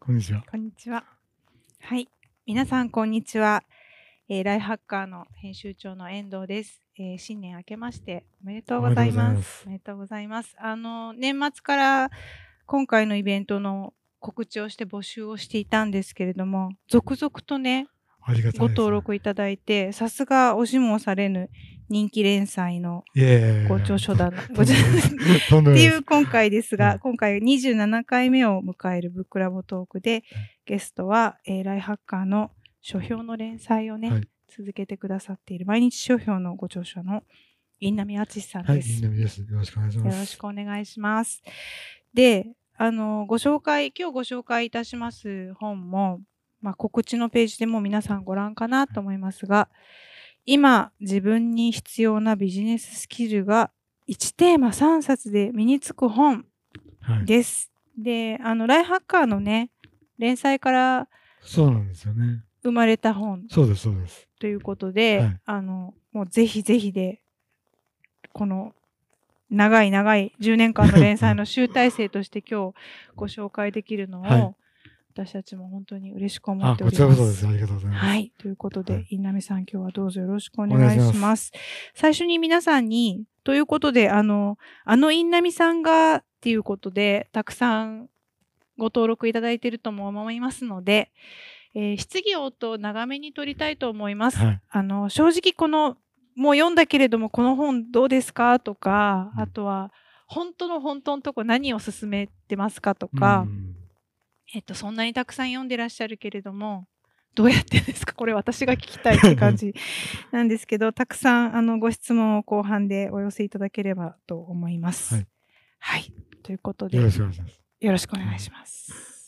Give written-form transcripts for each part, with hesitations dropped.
こんにちは。 こんにちは。はい。皆さん、こんにちは。ライハッカーの編集長の遠藤です。新年明けましておめでとうございます。おめでとうございます。年末から今回のイベントの告知をして募集をしていたんですけれども、続々とね、ご登録いただいて、さすが押しも押されぬ人気連載のご著書だな、っていう今回ですが、今回27回目を迎えるブックラボトークで、ゲストは、ライハッカーの書評の連載をね、続けてくださっている毎日書評のご著者の印南敦さんです。 印南です。よろしくお願いします。 よろしくお願いします。で、今日ご紹介いたします本も、告知のページでも皆さんご覧かなと思いますが、今自分に必要なビジネススキルが1テーマ3冊で身につく本です。で、ライハッカーのね、連載からそうなんですよね。 生まれた本。 そうです、そうです。 ということで、もうぜひぜひで、この長い10年間の連載の集大成として今日ご紹介できるのを、私たちも本当に嬉しく思っております。 こちらこそです。ありがとうございます。 はい。ということで、印南さん今日はどうぞよろしくお願いします。最初に皆さんに、ということで、印南さんがっていうことで、たくさんご登録いただいているとも思いますので、質疑応答長めに取りたいと思います。正直もう読んだけれども、この本どうですかとか、あとは、本当のとこ何を勧めてますかとか、そんなにたくさん読んでらっしゃるけれども、どうやってですかこれ私が聞きたいって感じなんですけど、たくさんご質問を後半でお寄せいただければと思います。はい。ということで、 よろしくお願いします。 よろしくお願いします。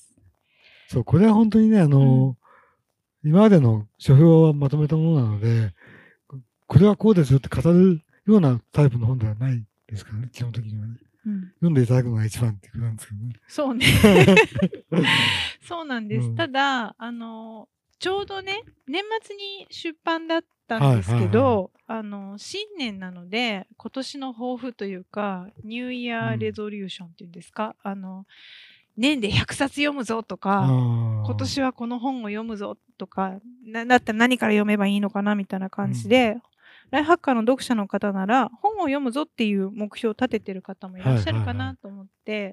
そう、これは本当にね、今までの書評はまとめたものなので、これはこうですよって語るようなタイプの本ではないですからね、基本的にはね。読んでいただくのが一番ってことなんですけどね。 そうね。そうなんです。ただ、ちょうどね、年末に出版だったんですけど、新年なので、今年の抱負というか、ニューイヤーレゾリューションっていうんですか、年で100冊読むぞとか、今年はこの本を読むぞとか、だったら何から読めばいいのかなみたいな感じで、ライハッカーの読者の方なら、本を読むぞっていう目標を立ててる方もいらっしゃるかなと思って、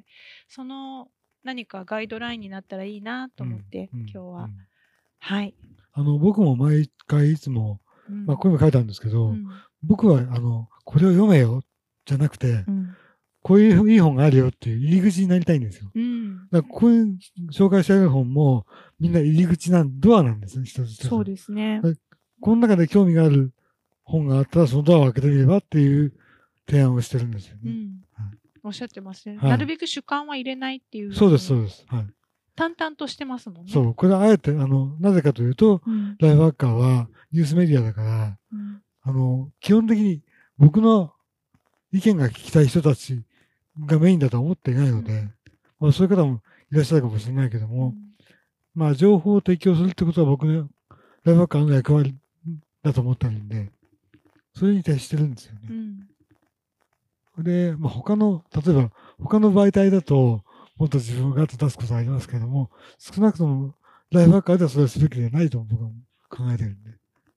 その何かガイドラインになったらいいなと思って、今日は。はい。 僕も毎回いつも、ここにも書いてあるんですけど、僕は、これを読めよ、じゃなくて、こういういい本があるよっていう入り口になりたいんですよ。だからこういう紹介してある本も、みんな入り口ドアなんですね、一つ一つ。 そうですね。 この中で興味がある本があったら、そのドアを開けてみればっていう提案をしてるんですよね。 おっしゃってますね。なるべく主観は入れないっていう。 そうです、そうです。 淡々としてますもんね。 そう、これはあえて、なぜかというと、ライフハッカーはニュースメディアだから、基本的に僕の意見が聞きたい人たちがメインだとは思っていないので、そういう方もいらっしゃるかもしれないけども、情報を提供するってことは僕のライフハッカーの役割だと思ってるんで、それに徹してるんですよね。で、例えば他の媒体だと、もっと自分がと出すことはありますけども、少なくともライフハッカーではそれをすべきではないと僕は考えてるんで。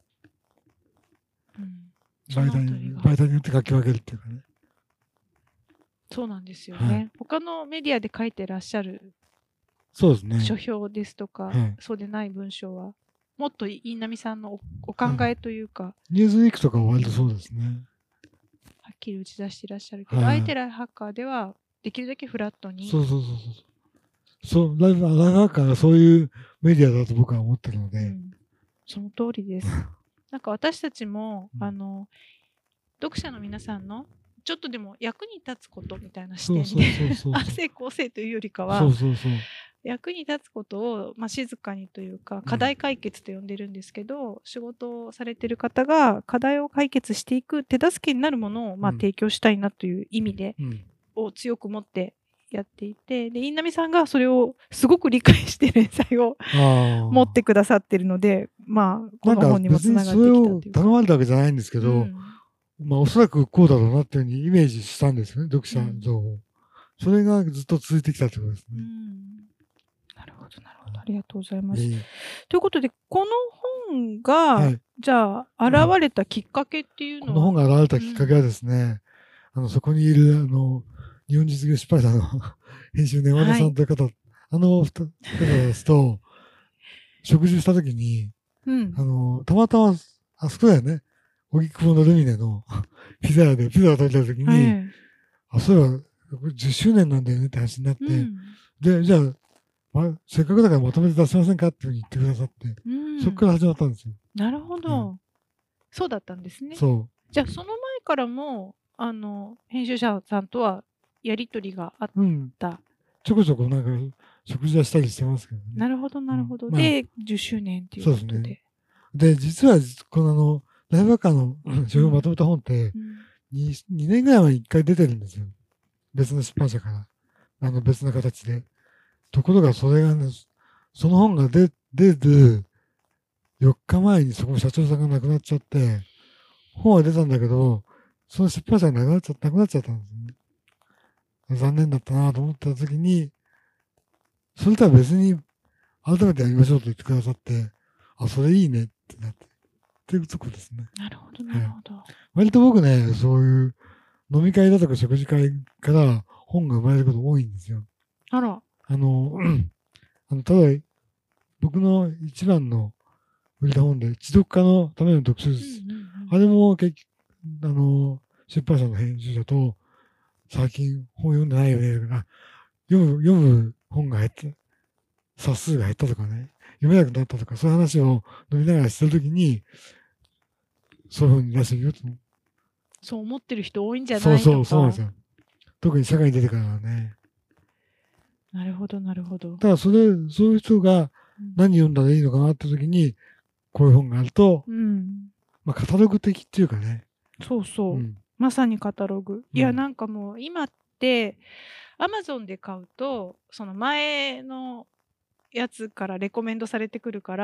媒体によって書き分けるっていうかね。 そうなんですよね。他のメディアで書いてらっしゃるそうですね。 書評ですとか、そうでない文章は、もっと印南さんのお考えというか。 ニュースウィークとかは割とそうですね。 はっきり打ち出していらっしゃるけど、あえてライフハッカーでは、できるだけフラットに。 そう、ライフハッカーがそういうメディアだと僕は思ってるので。 その通りです。なんか私たちも、読者の皆さんのちょっとでも役に立つことみたいな視点で、あせこうせというよりかは、役に立つことを、静かにというか、課題解決と呼んでるんですけど、仕事をされてる方が課題を解決していく手助けになるものを、提供したいなという意味で、を強く持ってやっていて、で、印南さんがそれをすごく理解して連載を持ってくださってるので、この本にもつながってきたというか。 それを頼まれたわけじゃないんですけど、おそらくこうだろうなっていうふうにイメージしたんですよね、読者像を。それがずっと続いてきたってことですね。 なるほど。 ど、なるほど。ありがとうございます。ということで、この本が、じゃあ、現れたきっかけっていうのは、 この本が現れたきっかけはですね、そこにいる、日本実業出版社の編集の山田さんという方、方ですと、食事したときに、たまたま、あそこだよね、荻窪のルミネのピザ屋でピザを食べたときに、そういえば、10周年なんだよねって話になって、で、じゃあ、せっかくだからまとめて出しませんかっていうふうに言ってくださって、そこから始まったんですよ。 なるほど。そうだったんですね。 そう。 じゃあ、その前からも、編集者さんとはやりとりがあった。 ちょこちょこなんか、食事はしたりしてますけどね。 なるほど、なるほど。で、10周年っていうことで。そうですね。 で、実は、このライブワーカーの書評をまとめた本って、2年ぐらい前に1回出てるんですよ。別の出版社から。別の形で。ところが、それがね、その本が出る4日前にそこの社長さんが亡くなっちゃって、本は出たんだけど、その出版社がなくなっちゃったんですよね。残念だったなと思った時に、それとは別に改めてやりましょうと言ってくださって、あ、それいいねってなって。っていうとこですね。 なるほど、なるほど。 割と僕ね、そういう飲み会だとか食事会から本が生まれること多いんですよ。 あら。 ただ、僕の一番の売れた本で、知読家のための読書術。あれも結局、出版社の編集者と、最近本読んでないよねとか、読む本が減った、冊数が減ったとかね、読めなくなったとか、そういう話を飲みながらしてるときに、そういうふうに出してみようと。 そう思ってる人多いんじゃないそうなんですよ。特に社会に出てからはね。 なるほど、なるほど。 ただそういう人が何読んだらいいのかなってときに、こういう本があると、まあカタログ的っていうかね。 そうそう。まさにカタログ。いや、なんかもう今って、アマゾンで買うと、その前のやつからレコメンドされてくるから、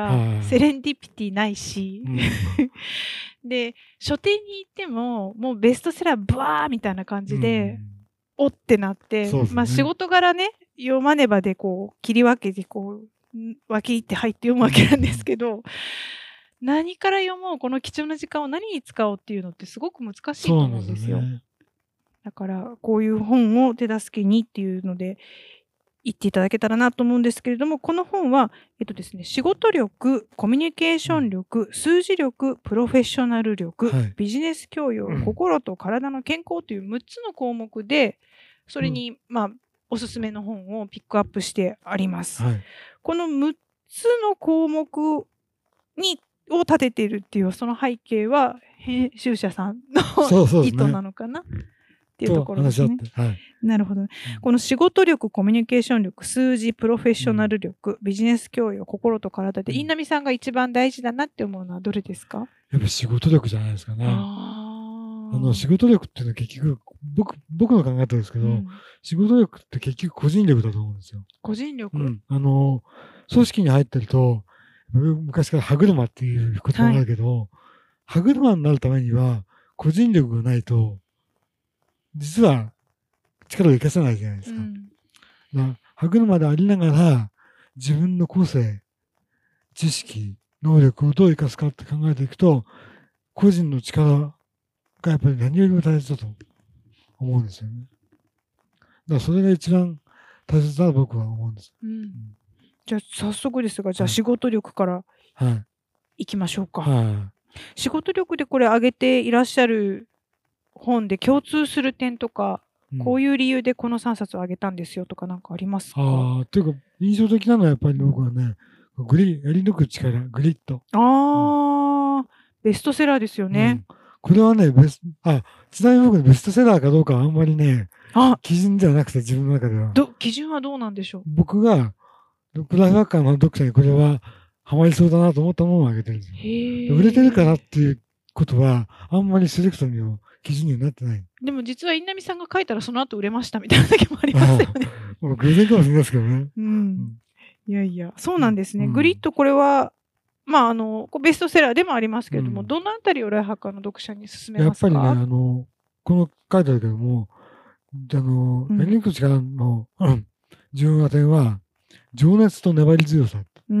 セレンディピティないし、で、書店に行っても、もうベストセラーブワーみたいな感じで、おってなって、まあ仕事柄ね、読まねばでこう、切り分けてこう、分け入って入って読むわけなんですけど、何から読もう、この貴重な時間を何に使おうっていうのってすごく難しいと思うんですよ。だから、こういう本を手助けにっていうので、言っていただけたらなと思うんですけれども、この本は、ですね、仕事力、コミュニケーション力、数字力、プロフェッショナル力、ビジネス教養、心と体の健康という6つの項目で、それに、まあ、おすすめの本をピックアップしてあります。この6つの項目を立てているっていうその背景は編集者さんの意図なのかなっていうところですね。なるほど。この仕事力、コミュニケーション力、数字、プロフェッショナル力、ビジネス教養、心と体で、印南さんが一番大事だなって思うのはどれですか？ やっぱ仕事力じゃないですかね。仕事力っていうのは結局、僕の考え方ですけど、仕事力って結局個人力だと思うんですよ。 個人力？ 組織に入ってると、昔から歯車っていう言葉があるけど、歯車になるためには個人力がないと、実は力を生かせないじゃないですか。歯車でありながら、自分の個性、知識、能力をどう生かすかって考えていくと、個人の力がやっぱり何よりも大切だと思うんですよね。だからそれが一番大切だと僕は思うんです。 じゃあ早速ですが、じゃあ仕事力からいきましょうか。仕事力でこれ挙げていらっしゃる本で共通する点とか、こういう理由でこの3冊を挙げたんですよとかなんかありますか？ というか印象的なのはやっぱり僕はね、やり抜く力、グリッド。 ベストセラーですよね。 これはね、ちなみに僕ベストセラーかどうかはあんまりね、基準ではなくて自分の中では。 基準はどうなんでしょう？ 僕が、ライフワーカーの読者にこれはハマりそうだなと思ったものを挙げてるんですよ。売れてるかなっていうことは、あんまりセレクトには基準にはなってない。 でも実は印南さんが書いたらその後売れましたみたいな時もありますよね。 偶然かもしれないですけどね。 いやいや、そうなんですね。グリッドこれは、まあベストセラーでもありますけれども、どのあたりをライフハッカーの読者に勧めますか？ やっぱりね、この書いてあるけども、やり抜く力の重要な点は、 情熱と粘り強さ。 うん。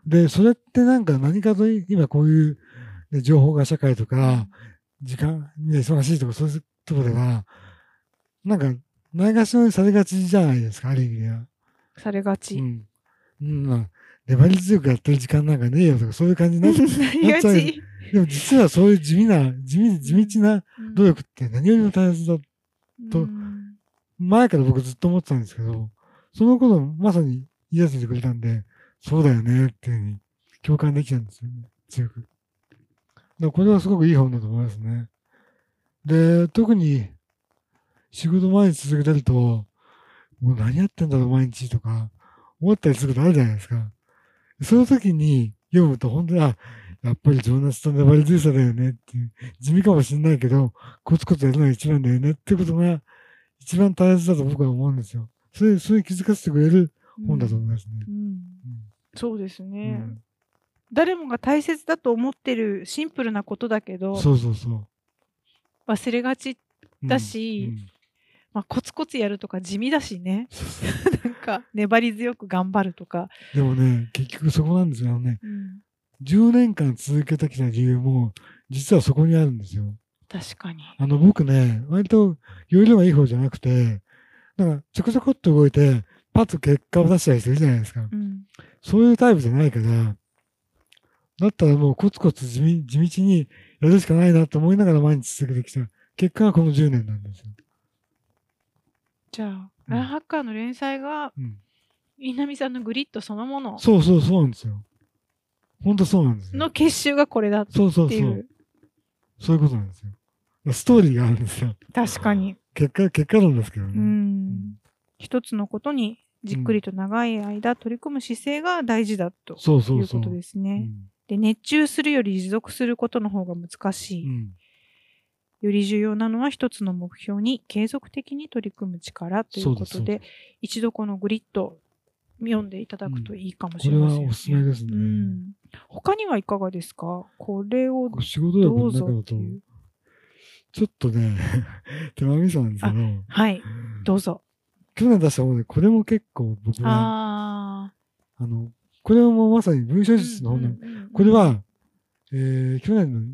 で、それってなんか何かと今こういう、ね、情報が社会とか、時間、ね、忙しいとかそういうところでは、なんか、ないがしろにされがちじゃないですか、ある意味では。 されがち。 うん。うん、まあ、粘り強くやってる時間なんかねえよとか、そういう感じになっちゃう。でも実はそういう地道な努力って何よりも大切だと、前から僕ずっと思ってたんですけど、そのことまさに言い出せてくれたんで、そうだよねっていうふうに共感できたんですよね、強く。だからこれはすごくいい本だと思いますね。で、特に仕事毎日続けてると、もう何やってんだろう毎日とか、思ったりすることあるじゃないですか。その時に読むと本当に、やっぱり情熱と粘り強さだよねっていう、地味かもしれないけど、コツコツやるのが一番だよねってことが一番大切だと僕は思うんですよ。そういう気づかせてくれる本だと思いますね。 そうですね。誰もが大切だと思ってるシンプルなことだけど、 そうそうそう。 忘れがちだし、まあ、コツコツやるとか地味だしね。なんか粘り強く頑張るとか。 でもね、結局そこなんですよね。10年間続けてきた理由も、実はそこにあるんですよ。 確かに。 僕ね、割と容量がいい方じゃなくて、なんかちょこちょこっと動いて、パッと結果を出したりするじゃないですか。そういうタイプじゃないから、だったらもうコツコツ地道にやるしかないなと思いながら毎日続けてきた結果がこの10年なんですよ。 じゃあ、ライフハッカーの連載が、稲波さんのグリッドそのもの。 そうなんですよ。本当そうなんですよ。 の結集がこれだっていう。そういうことなんですよ。ストーリーがあるんですよ。 確かに。 結果論ですけどね。 一つのことにじっくりと長い間取り組む姿勢が大事だということですね。で、熱中するより持続することの方が難しい。より重要なのは一つの目標に継続的に取り組む力ということで、一度このグリッド読んでいただくといいかもしれません、 これはおすすめですね。 他にはいかがですか？これを仕事力の中だと、ちょっとね、手間味噌なんですけど。 はい、どうぞ。 去年出した本で、これも結構僕は、これはもうまさに文章術の本なんで、これは、去年の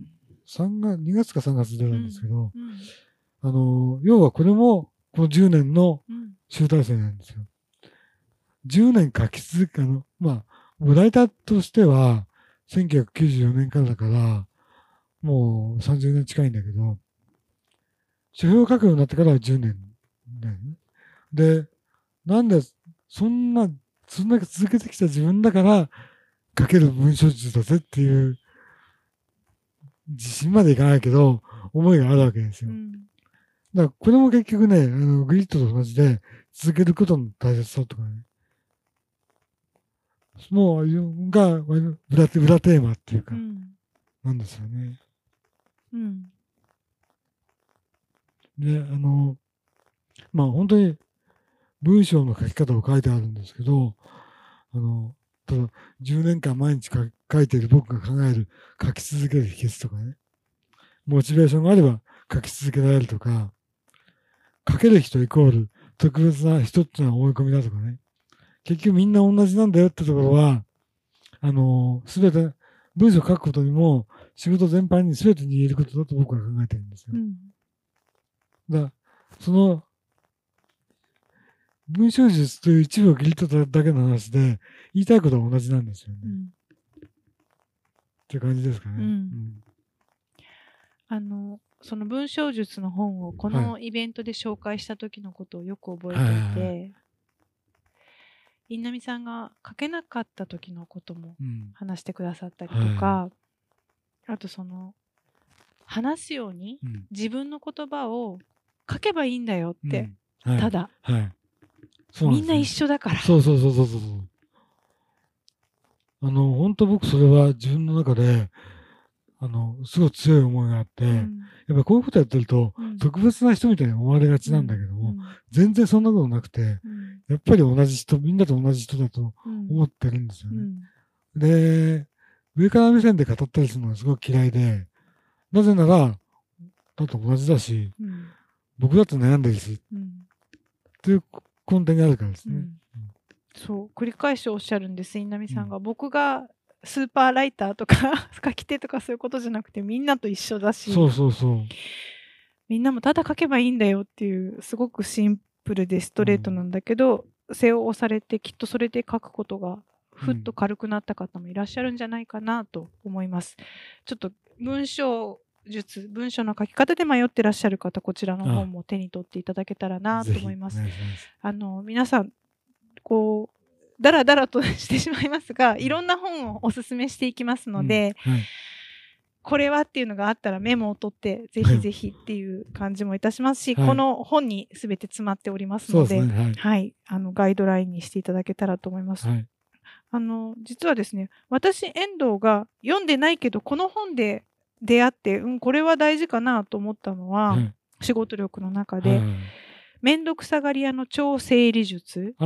2月か3月で出たんですけど、要はこれも、この10年の集大成なんですよ。10年書き続け、ライターとしては、1994年からだから、もう30年近いんだけど、書評を書くようになってからは10年だよね。で、なんで、そんだけ続けてきた自分だから、書ける文章術だぜっていう、自信までいかないけど、思いがあるわけですよ。だから、これも結局ね、グリッドと同じで、続けることの大切さとかね。もう、裏テーマっていうか、なんですよね。で、本当に文章の書き方を書いてあるんですけど、ただ、10年間毎日書いている僕が考える書き続ける秘訣とかね、モチベーションがあれば書き続けられるとか、書ける人イコール特別な人っていうのは思い込みだとかね、結局みんな同じなんだよってところは、すべて、文章を書くことにも、仕事全般にすべてに言えることだと僕は考えてるんですよ。その、文章術という一部を切り取っただけの話で、言いたいことは同じなんですよね。っていう感じですかね。 その文章術の本をこのイベントで紹介した時のことをよく覚えていて、稲波さんが書けなかった時のことも話してくださったりとか、あと話すように自分の言葉を書けばいいんだよって、ただ、みんな一緒だから。 そう。本当僕それは自分の中で、すごい強い思いがあって、やっぱりこういうことやってると、特別な人みたいに思われがちなんだけども、全然そんなことなくて、やっぱり同じ人、みんなと同じ人だと思ってるんですよね。で、上から目線で語ったりするのがすごく嫌いで、なぜなら、だと同じだし、僕だって悩んでるし、っていう根底にあるからですね。 そう繰り返しおっしゃるんです稲見さんが、僕がスーパーライターとか書き手とかそういうことじゃなくてみんなと一緒だし、 そうそうそう。 みんなもただ書けばいいんだよっていうすごくシンプルでストレートなんだけど、背を押されてきっとそれで書くことがふっと軽くなった方もいらっしゃるんじゃないかなと思います。ちょっと文章の書き方で迷ってらっしゃる方、こちらの本も手に取っていただけたらなと思います。皆さんこうだらだらとしてしまいますが、いろんな本をおすすめしていきますので、これはっていうのがあったらメモを取ってぜひぜひっていう感じもいたしますし、この本に全て詰まっておりますので、ガイドラインにしていただけたらと思います。実はですね、私遠藤が読んでないけどこの本で出会って、これは大事かなと思ったのは、仕事力の中で、めんどくさがり屋の超整理術。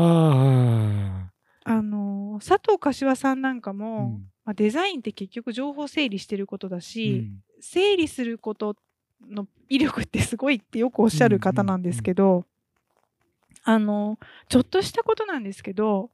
佐藤柏さんなんかも、デザインって結局情報整理してることだし、整理することの威力ってすごいってよくおっしゃる方なんですけど、ちょっとしたことなんですけど、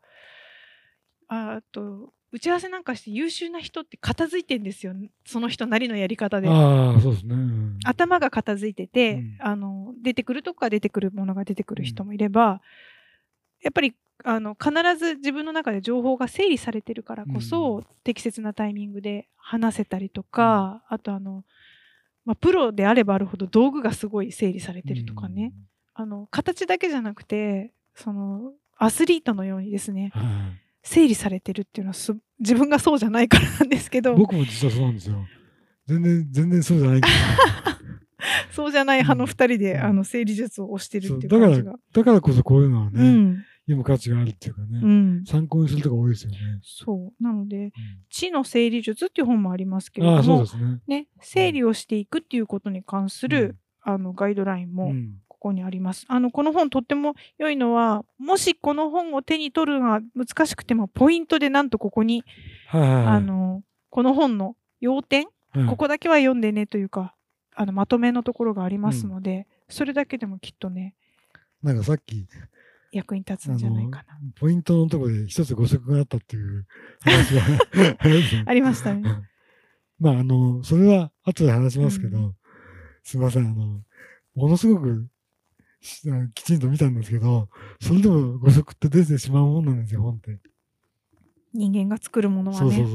打ち合わせなんかして優秀な人って片付いてんですよ、その人なりのやり方で。 そうですね。 頭が片付いてて、出てくるとこから出てくるものが出てくる人もいれば、やっぱり必ず自分の中で情報が整理されてるからこそ、適切なタイミングで話せたりとか、あとプロであればあるほど道具がすごい整理されてるとかね、形だけじゃなくてアスリートのようにですね、整理されてるっていうのは自分がそうじゃないからなんですけど、 僕も実はそうなんですよ。全然そうじゃないけどそうじゃない派の2人で、整理術を推してるっていう感じが。 だからこそこういうのはね、読む価値があるっていうかね、参考にするとこ多いですよね。 そうなので、知の整理術っていう本もありますけれども、整理をしていくっていうことに関するガイドラインもここにあります。この本とっても良いのは、もしこの本を手に取るのが難しくてもポイントでなんとここにこの本の要点、ここだけは読んでねというかまとめのところがありますので、それだけでもきっとね、 なんかさっき役に立つんじゃないかな。 ポイントのところで一つ誤植があったっていう話がありましたね。 それは後で話しますけど、すみません、ものすごくきちんと見たんですけど、それでも誤植って出てしまうもんなんですよ、本って。 人間が作るものはね。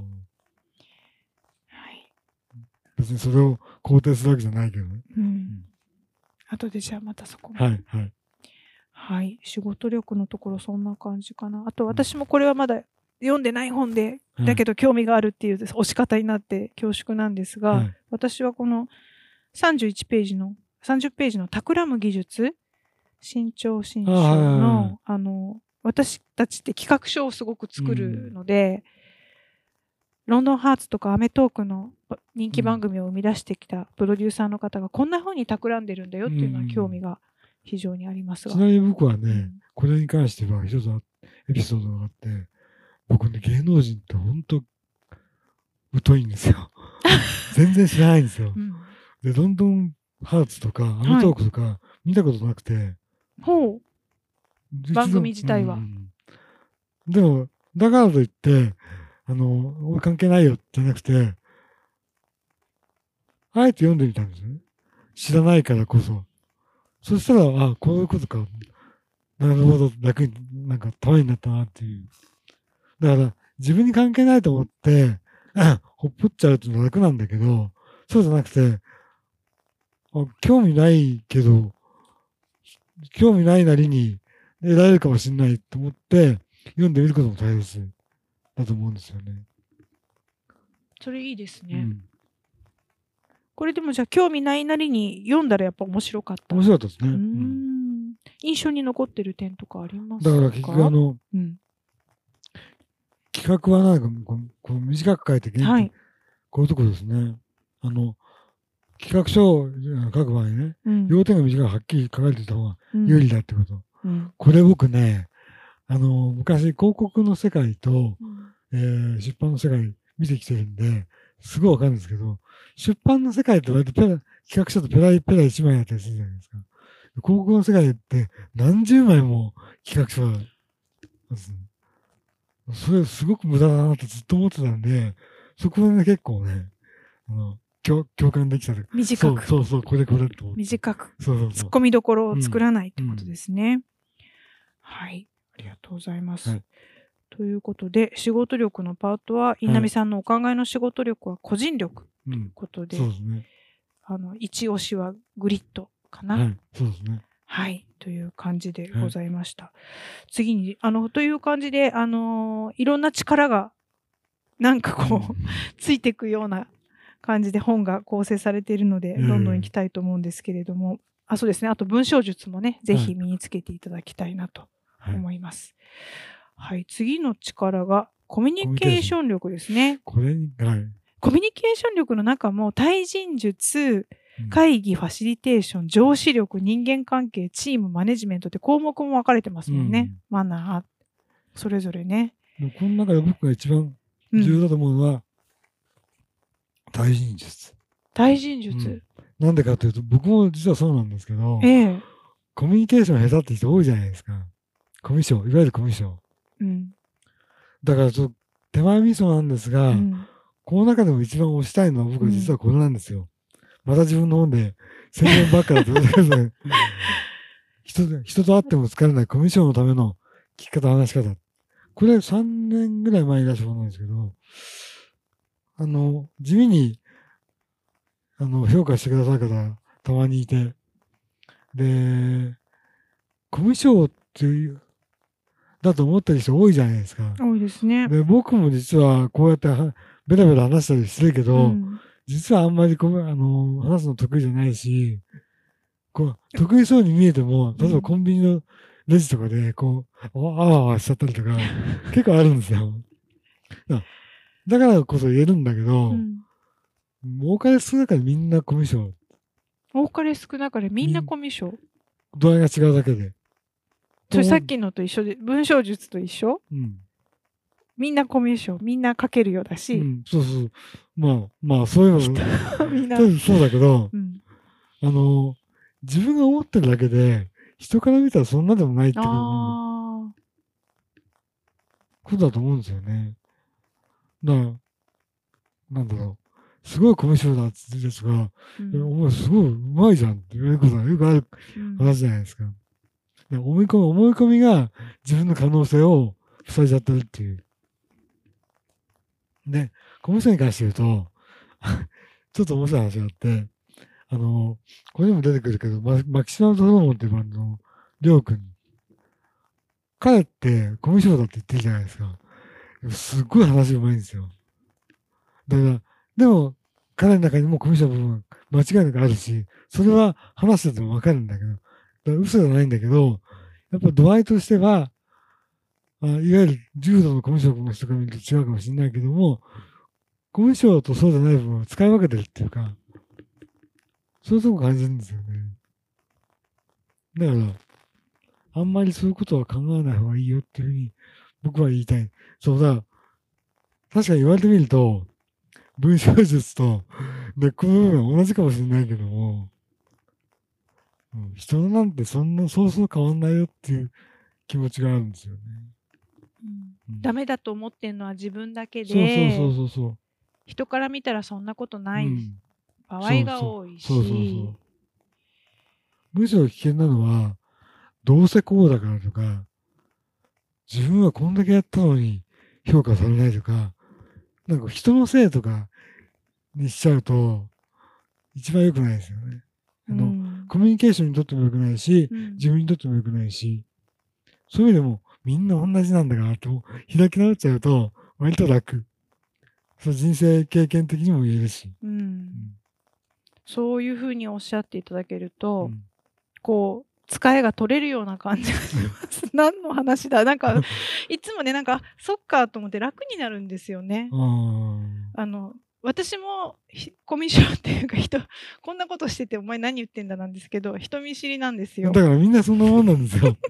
別にそれを肯定するわけじゃないけどね。 後でじゃあまたそこはい。 仕事力のところそんな感じかな。あと私もこれはまだ読んでない本で、だけど興味があるっていう押し方になって恐縮なんですが、私はこの30ページの企む技術、新潮新書の、私たちって企画書をすごく作るので、ロンドンハーツとかアメトークの人気番組を生み出してきたプロデューサーの方がこんな風に企んでるんだよっていうのは興味が非常にありますが。 ちなみに僕はね、これに関しては一つエピソードがあって、僕ね、芸能人って本当疎いんですよ。全然知らないんですよ。で、ロンドンハーツとかアメトークとか見たことなくて。 番組自体は。 でも、だからといって、俺関係ないよじゃなくて、あえて読んでみたんですよね。知らないからこそ。そしたら、こういうことか。なるほど、楽に、なんか、ためになったなっていう。だから、自分に関係ないと思って、ほっぽっちゃうっていうのは楽なんだけど、そうじゃなくて、興味ないけど、興味ないなりに得られるかもしれないと思って、読んでみることも大切だと思うんですよね。 それいいですね。これでもじゃあ興味ないなりに読んだらやっぱ面白かった。 面白かったですね。 印象に残ってる点とかありますか？ だから結局企画はなんかこの短く書いてこういうところですね。企画書を書く場合ね、要点が短くはっきり書かれてた方が有利だってこと。これ僕ね、昔広告の世界と、出版の世界見てきてるんで、すごいわかるんですけど、出版の世界って割と企画書とペラペラ1枚あったりするじゃないですか。広告の世界って何十枚も企画書がそれすごく無駄だなってずっと思ってたんで、そこでね、結構ね、共感できた。 短く。 そう、これと思って。 短く。 そう。 突っ込みどころを作らないってことですね。はい。ありがとうございます。はい、ということで、仕事力のパートは、稲見さんのお考えの仕事力は個人力ということで、 そうですね。 一押しはグリッドかな。 はい、そうですね。 はい。という感じでございました。はい、次に、という感じで、いろんな力が、なんかこう、ついていくような感じで本が構成されているので、どんどんいきたいと思うんですけれども、そうですね。あと文章術もね、ぜひ身につけていただきたいなと思います。はい、次の力がコミュニケーション力ですね。コミュニケーション力の中も対人術、会議、ファシリテーション、上司力、人間関係、チーム、マネジメントって項目も分かれてますもんね。マナー、それぞれね。 この中で僕が一番重要だと思うのは、対人術。 対人術。 なんでかというと、僕も実はそうなんですけど、コミュニケーション下手って人多いじゃないですか。コミュ障、いわゆるコミュ障。だからちょっと手前味噌なんですが、この中でも一番推したいのは僕は実はこれなんですよ。また自分の本で宣伝ばっかだと人と会っても疲れないコミュ障のための聞き方、話し方。これ3年ぐらい前に出したものなんですけど、地味に評価してくださる方たまにいて、で、コミュ障っていうだと思ってる人多いじゃないですか。 多いですね。 で、僕も実はこうやってベラベラ話したりしてるけど、実はあんまり話すの得意じゃないし、得意そうに見えても、例えばコンビニのレジとかで、あわあわしちゃったりとか、結構あるんですよ。だからこそ言えるんだけど、多かれ少なかれみんなコミュ障。 多かれ少なかれみんなコミュ障。 度合いが違うだけで。 それさっきのと一緒で、文章術と一緒？みんなコミュ障、みんな書けるようだし。 そう。まあ、そういうのみんなそうだけど、自分が思ってるだけで、人から見たらそんなでもないってことだと思うんですよね。だから、なんだろう。すごいコミュ障だって言ってるやつが、お前すごいうまいじゃんって言われることがよくある話じゃないですか。思い込みが自分の可能性を塞いじゃってるっていう。で、コミュ障に関して言うと、ちょっと面白い話があって、これにも出てくるけど、マキシマム・ソロモンっていうバンドのりょうくん。彼ってコミュ障だって言ってるじゃないですか。すっごい話うまいんですよ。だから、でも、彼の中にもコミュ障の部分間違いなくあるし、それは話しててもわかるんだけど、嘘じゃないんだけど、やっぱ度合いとしては、いわゆる重度のコミュ障の人から見ると違うかもしれないけども、コミュ障とそうじゃない部分を使い分けてるっていうか、そういうとこ感じるんですよね。だから、あんまりそういうことは考えない方がいいよっていうふうに僕は言いたい。そうだ、確かに言われてみると、文章術と、で、この部分は同じかもしれないけども、人なんてそうそう変わんないよっていう気持ちがあるんですよね。 ダメだと思ってるのは自分だけで、 そう。 人から見たらそんなことない場合が多いし。 むしろ危険なのは、どうせこうだからとか、自分はこんだけやったのに評価されないとか、なんか人のせいとかにしちゃうと、一番良くないですよね。コミュニケーションにとっても良くないし、自分にとっても良くないし、そういう意味でもみんな同じなんだからって開き直っちゃうと割と楽。そう人生経験的にも言えるし。 そういうふうにおっしゃっていただけると、使いが取れるような感じがします。何の話だなんか、いつもね、そっかと思って楽になるんですよね。私もコミュ障っていうかこんなことしててお前何言ってんだなんですけど、人見知りなんですよ。 だからみんなそんなもんなんですよ。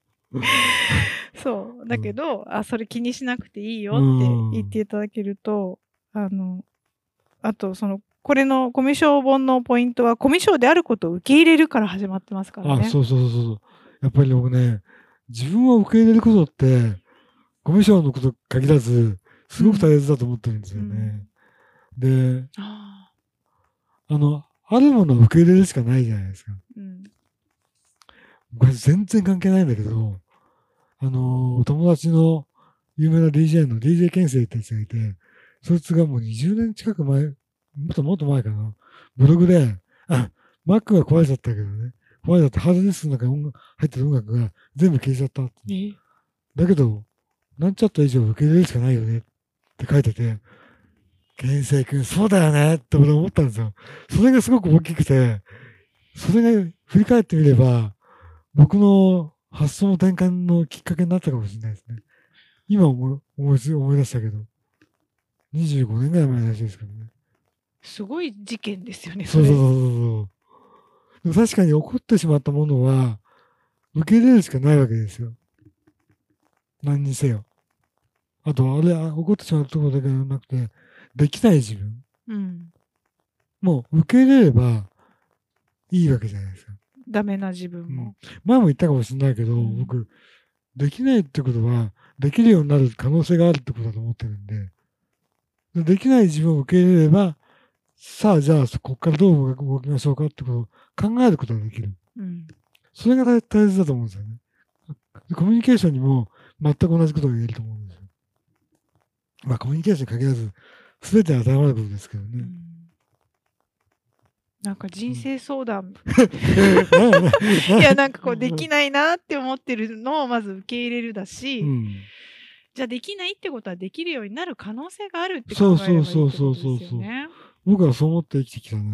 そう。だけど、それ気にしなくていいよって言っていただけると、あと、これのコミュ障本のポイントは、コミュ障であることを受け入れるから始まってますからね。 そう。やっぱり僕ね、自分を受け入れることって、 コミュ障のこと限らず、すごく大切だと思ってるんですよね。で、あるものを受け入れるしかないじゃないですか。これ全然関係ないんだけど、友達の有名な DJ の DJ 健生って人がいて、そいつがもう20年近く前、もっと前かな、ブログで、Mac が壊れちゃったけどね、壊れちゃってハードディスクの中に入ってる音楽が全部消えちゃったって。だけど、なんちゃった以上受け入れるしかないよねって書いてて、健生君、そうだよねって俺思ったんですよ。それがすごく大きくて、それが振り返ってみれば、僕の発想の転換のきっかけになったかもしれないですね。今思い出したけど、25年ぐらい前の話ですけどね。 すごい事件ですよね、 そう。でも確かに起こってしまったものは、受け入れるしかないわけですよ。何にせよ。あと、起こってしまったところだけじゃなくて、できない自分。もう受け入れればいいわけじゃないですか。 ダメな自分も。 前も言ったかもしれないけど、僕、できないってことは、できるようになる可能性があるってことだと思ってるんで、できない自分を受け入れれば、さあ、じゃあ、ここからどう動きましょうかってことを考えることができる。それが大切だと思うんですよね。コミュニケーションにも全く同じことが言えると思うんですよ。まあ、コミュニケーションに限らず、すべて当てはまることですけどね。 なんか人生相談。いや、なんかこう、できないなって思ってるのをまず受け入れるだし、じゃあできないってことはできるようになる可能性があるって考えればいいってことですよね。 僕はそう思って生きてきたな。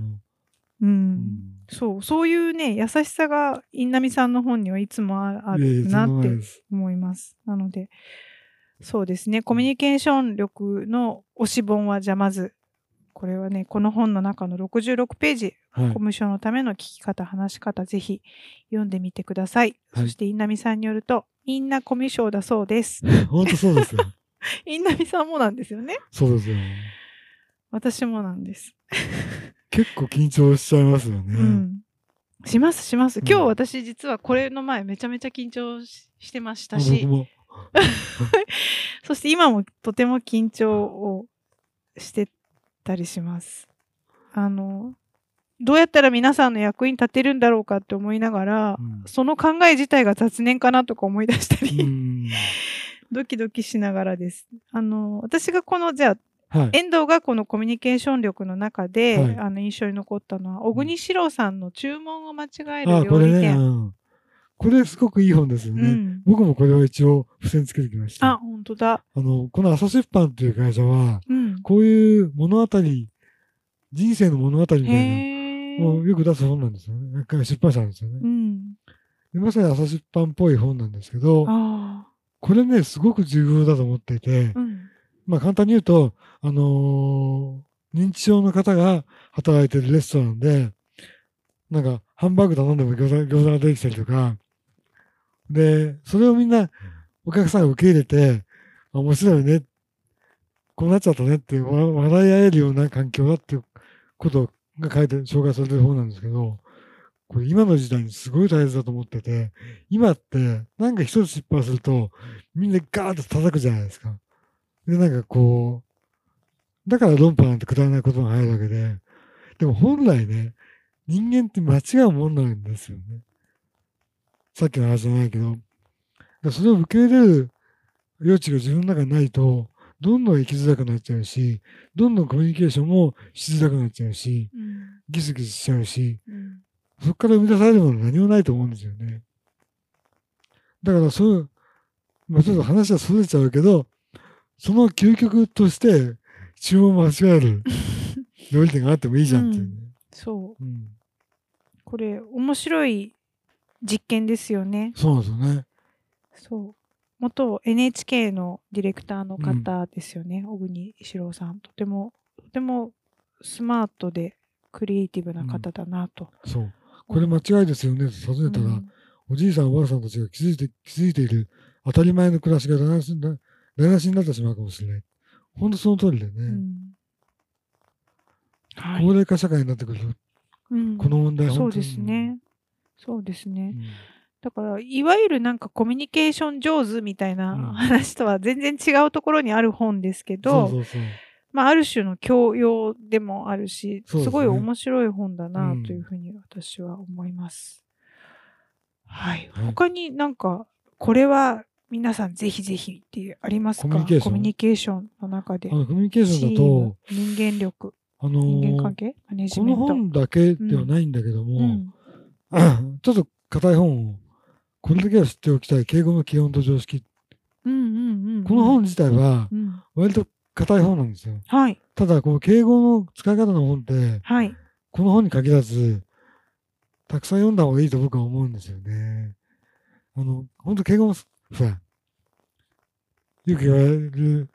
そういうね、優しさが印南さんの本にはいつもあるなって思います。なので、そうですね、コミュニケーション力の推し本は、じゃあまず、これはね、この本の中の66ページ、コミュ障のための聞き方、話し方、ぜひ読んでみてください。そして、印南さんによると、みんなコミュ障だそうです。 本当そうですよ。 印南さんもなんですよね。 そうですよ。 私もなんです。 結構緊張しちゃいますよね。 します。今日私実はこれの前めちゃめちゃ緊張してましたし、そして今もとても緊張をしてたりします。どうやったら皆さんの役に立てるんだろうかって思いながら、その考え自体が雑念かなとか思い出したり、ドキドキしながらです。私がこの、じゃあ、遠藤がこのコミュニケーション力の中で、印象に残ったのは、小国史郎さんの注文を間違える料理店。 これすごくいい本ですよね。僕もこれを一応付箋つけてきました。 本当だ。 この朝出版っていう会社は、こういう物語、人生の物語みたいな、をよく出す本なんですよね。出版社なんですよね。まさに朝出版っぽい本なんですけど、これね、すごく重要だと思っていて、まあ簡単に言うと、認知症の方が働いてるレストランで、なんか、ハンバーグ頼んでも餃子が出てきたりとか、で、それをみんな、お客さんが受け入れて、面白いね、こうなっちゃったねって笑い合えるような環境だっていうことが紹介されてる方なんですけど、これ今の時代にすごい大切だと思ってて、今ってなんか一つ失敗すると、みんなガーッと叩くじゃないですか。で、なんかこう、だから論破なんてくだらないことが入るわけで、でも本来ね、人間って間違うもんなんですよね。さっきの話じゃないけど、それを受け入れる余地が自分の中にないと、どんどん生きづらくなっちゃうし、どんどんコミュニケーションもしづらくなっちゃうし、ギスギスしちゃうし、そこから生み出されるものは何もないと思うんですよね。だからちょっと話はそれちゃうけど、その究極として、注文を間違える料理店があってもいいじゃんっていうね。 そう。これ、面白い実験ですよね。 そうですよね。 そう。元 NHK のディレクターの方ですよね。小国史郎さん。とてもスマートでクリエイティブな方だなと。 そう。これ間違いですよねと尋ねたら、おじいさんおばあさんたちが気づいている当たり前の暮らしが台無しになってしまうかもしれない。本当その通りでね。高齢化社会になってくると、この問題そうですね。そうですね。 だから、いわゆるなんかコミュニケーション上手みたいな話とは全然違うところにある本ですけど、まあ、ある種の教養でもあるし、すごい面白い本だなというふうに私は思います。はい。他になんか、これは皆さんぜひぜひってありますか？コミュニケーションの中で。 コミュニケーションだと、 人間力、人間関係、マネジメント。 この本だけではないんだけども、ちょっと硬い本を、これだけは知っておきたい、敬語の基本と常識。この本自体は、割と硬い本なんですよ。 はい。 ただ、この敬語の使い方の本って、 はい、 この本に限らず、たくさん読んだ方がいいと僕は思うんですよね。本当敬語もさ、よく言われる、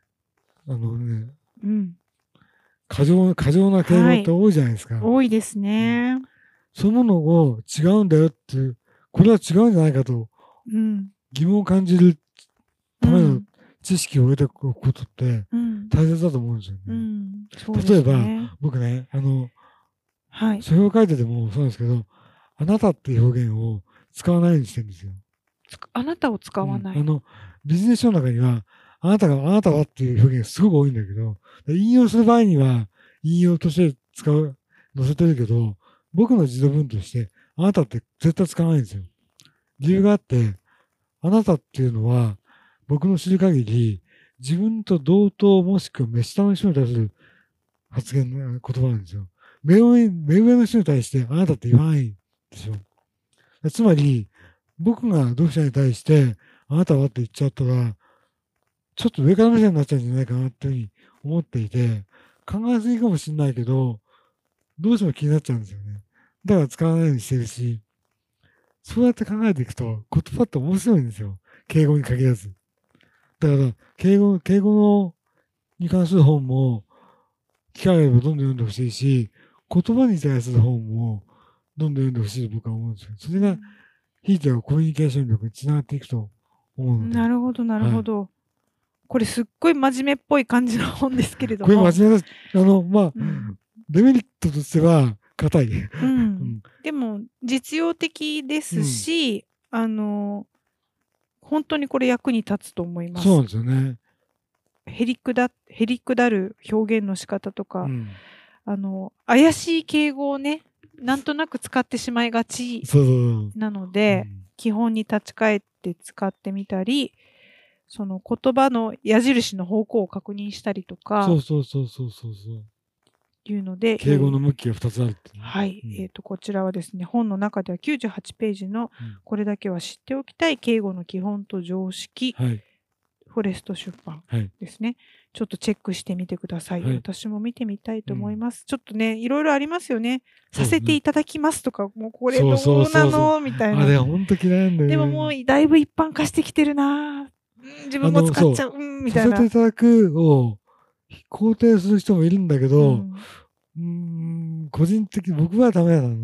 過剰な敬語って多いじゃないですか。はい、 多いですね。 そういうものを違うんだよっていう、これは違うんじゃないかと、疑問を感じるための知識を得ておくことって大切だと思うんですよね。例えば、僕ね、書評書いててもそうなんですけど、あなたっていう表現を使わないようにしてるんですよ。 あなたを使わない。 ビジネス書の中には、あなたはっていう表現がすごく多いんだけど、引用する場合には、引用として載せてるけど、僕の自動文として、あなたって絶対使わないんですよ。理由があって、あなたっていうのは、僕の知る限り、自分と同等もしくは目下の人に対する発言の言葉なんですよ。目上の人に対してあなたって言わないんですよ。つまり、僕が読者に対してあなたはって言っちゃったら、ちょっと上から目線になっちゃうんじゃないかなっていうふうに思っていて、考えすぎかもしれないけど、どうしても気になっちゃうんですよね。だから使わないようにしてるし、そうやって考えていくと言葉って面白いんですよ。敬語に限らず。だから、敬語に関する本も、機会があればどんどん読んでほしいし、言葉に対する本もどんどん読んでほしいと僕は思うんですよ。それが、ひいてはコミュニケーション力につながっていくと思うので。 なるほど、なるほど。はい、これすっごい真面目っぽい感じの本ですけれども。 これ真面目だ。デメリットとしては、硬い。 でも、実用的ですし、本当にこれ役に立つと思います。 そうなんですよね。 へりくだる表現の仕方とか、怪しい敬語をね、なんとなく使ってしまいがちなので、基本に立ち返って使ってみたり、その言葉の矢印の方向を確認したりとか、いうので、 敬語の向きが2つあるって、 ね。はい。こちらはですね、本の中では98ページの、これだけは知っておきたい敬語の基本と常識、フォレスト出版ですね。ちょっとチェックしてみてください。私も見てみたいと思います。ちょっとね、いろいろありますよね。させていただきますとか、もうこれどうなのみたいな。 あれ、ほんと嫌いなんだよね。 でももう、だいぶ一般化してきてるな自分も使っちゃう、みたいな。 させていただくを肯定する人もいるんだけど、個人的に僕はダメだな。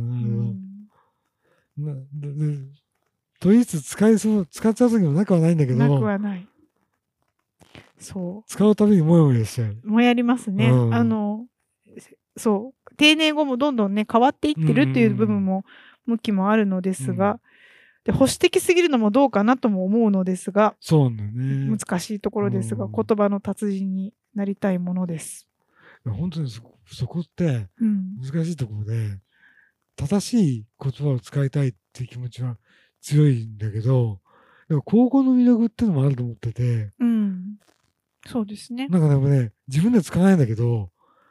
と言いつつ使っちゃう時もなくはないんだけど。 なくはない。そう。 使うたびにもやもやしちゃう。 もやりますね。そう。定年後もどんどんね、変わっていってるっていう部分も、向きもあるのですが、で保守的すぎるのもどうかなとも思うのですが、 そうなんだね。 難しいところですが、言葉の達人になりたいものです。 本当にそこって難しいところで、正しい言葉を使いたいっていう気持ちは強いんだけど、でも高校の魅力っていうのもあると思ってて、 そうですね。 なんかでもね、自分では使わないんだけど、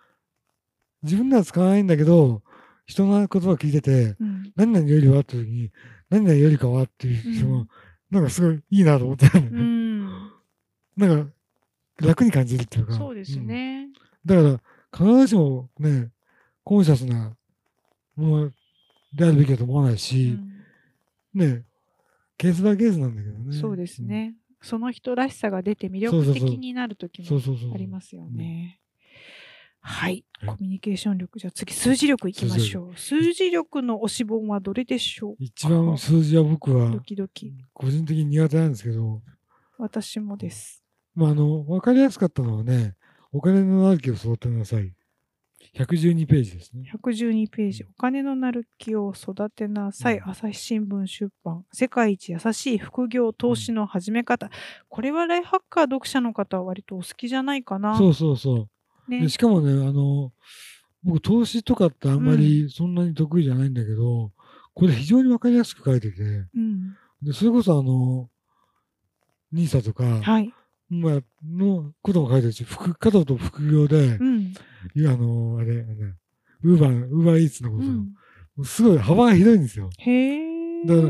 人の言葉を聞いてて、何々よりはっていう時に、何々よりかはっていう人も、なんかすごいいいなと思ってたんだよね。なんか楽に感じるっていうか。 そうですね。 だから必ずしもね、コンシャスなものであるべきだと思わないし、ね、ケースバイケースなんだけどね。 そうですね。その人らしさが出て魅力的になる時もありますよね。はい。コミュニケーション力。じゃあ次、数字力いきましょう。数字力の推し本はどれでしょうか？ 一番数字は僕は、個人的に苦手なんですけど。 私もです。 わかりやすかったのはね、お金のある木を育てなさい。 112ページですね。 112ページ。お金のなる木を育てなさい。朝日新聞出版。世界一優しい副業投資の始め方。これはライフハッカー読者の方は割とお好きじゃないかな。 そうそうそう。 ね、 でしかもね、僕、投資とかってあんまりそんなに得意じゃないんだけど、これ非常にわかりやすく書いてて、でそれこそニーサとか、 はい。 まあ、のことも書いてるし、加藤と副業で、ウーバーイーツのことが、すごい幅が広いんですよ。 へだから、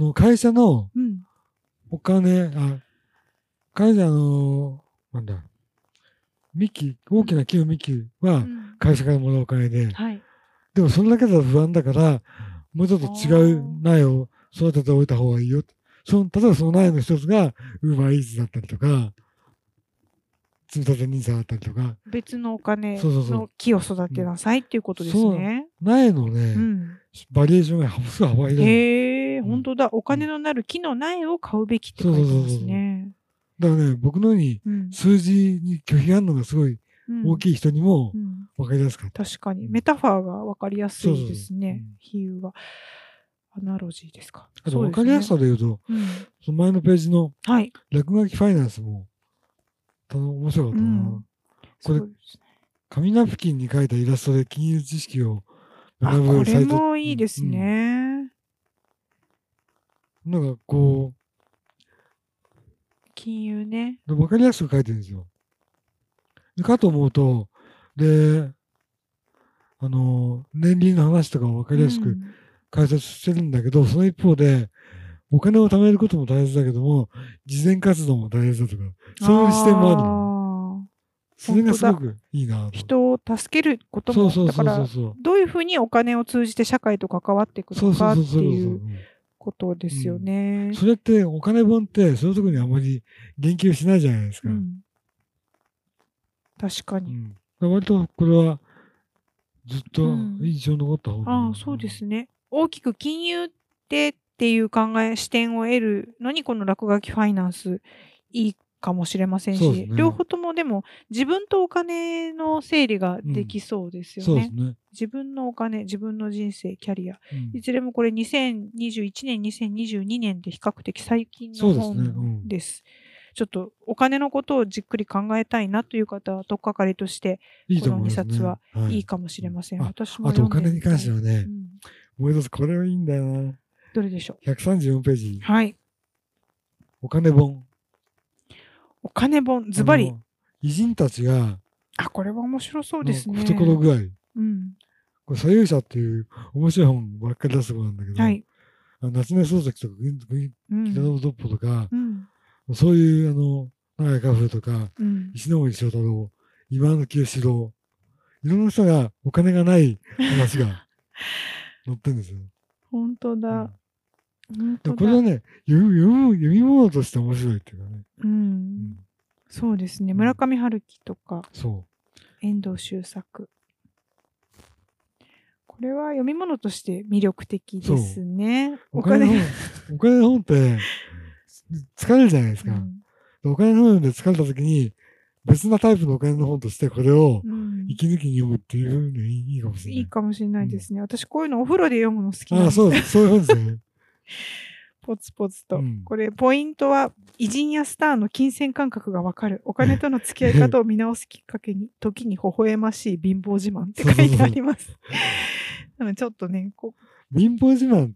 会社のお金、会社なんだ、大きな木の幹は会社からもらうお金で、でもそれだけだと不安だから、もうちょっと違う苗を育てておいた方がいいよ。例えばその苗の一つが、ウーバーイーツだったりとか、積立 NISA だったりとか。 別のお金の木を育てなさいっていうことですね。 苗のね、バリエーションがすごい幅広い。 へえ、本当だ。お金のなる木の苗を買うべきって書いてますね。 だからね、僕のように数字に拒否反応がすごい大きい人にも分かりやすかった。 確かに。メタファーが分かりやすいですね。比喩が。アナロジーですか。 あと分かりやすさで言うと、その前のページの落書きファイナンスも面白かったな。これ、紙ナプキンに描いたイラストで金融知識を学ぶサイト。これもいいですね。 なんかこう、 金融ね。 分かりやすく書いてるんですよ。かと思うと、で、年利の話とかを分かりやすく解説してるんだけど、その一方で、お金を貯めることも大切だけども、慈善活動も大切だとか、そういう視点もあるの。それがすごくいいな。 人を助けることも、だからどういうふうにお金を通じて社会と関わっていくのかっていうことですよね。 それってお金本ってそういうところにあまり言及しないじゃないですか。 確かに。 割とこれはずっと印象に残った方が。 そうですね。大きく金融っていう視点を得るのにこの落書きファイナンスいいかもしれませんし、両方ともでも自分とお金の整理ができそうですよね。自分のお金、自分の人生、キャリア、いずれもこれ2021年、2022年で比較的最近の本です。ちょっとお金のことをじっくり考えたいなという方は、取っかかりとして、この2冊はいいかもしれません。私もあとお金に関してはね、もう一つこれはいいんだよな。 どれでしょう ?134 ページ。 はい。 お金本。 お金本、ズバリ。 偉人たちが、 これは面白そうですね。 懐具合。これ、左右者っていう面白い本ばっかり出すところなんだけど、夏目漱石とか、北野トッポとか、そういう長井家風とか、石森章太郎、今の清志郎、いろんな人がお金がない話が載ってるんですよ。 本当だ。 これはね、読み物として面白いっていうかね。 そうですね。村上春樹とか、遠藤周作。これは読み物として魅力的ですね。 お金の本って疲れるじゃないですか。お金の本で疲れた時に、別なタイプのお金の本としてこれを息抜きに読むっていうのいいかもしれない。 いいかもしれないですね。私こういうのお風呂で読むの好きなんです。 そういう本ですね。 ポツポツと。これ、ポイントは、偉人やスターの金銭感覚がわかる。お金との付き合い方を見直すきっかけに、時に微笑ましい貧乏自慢って書いてあります。なのでちょっとね、 貧乏自慢って、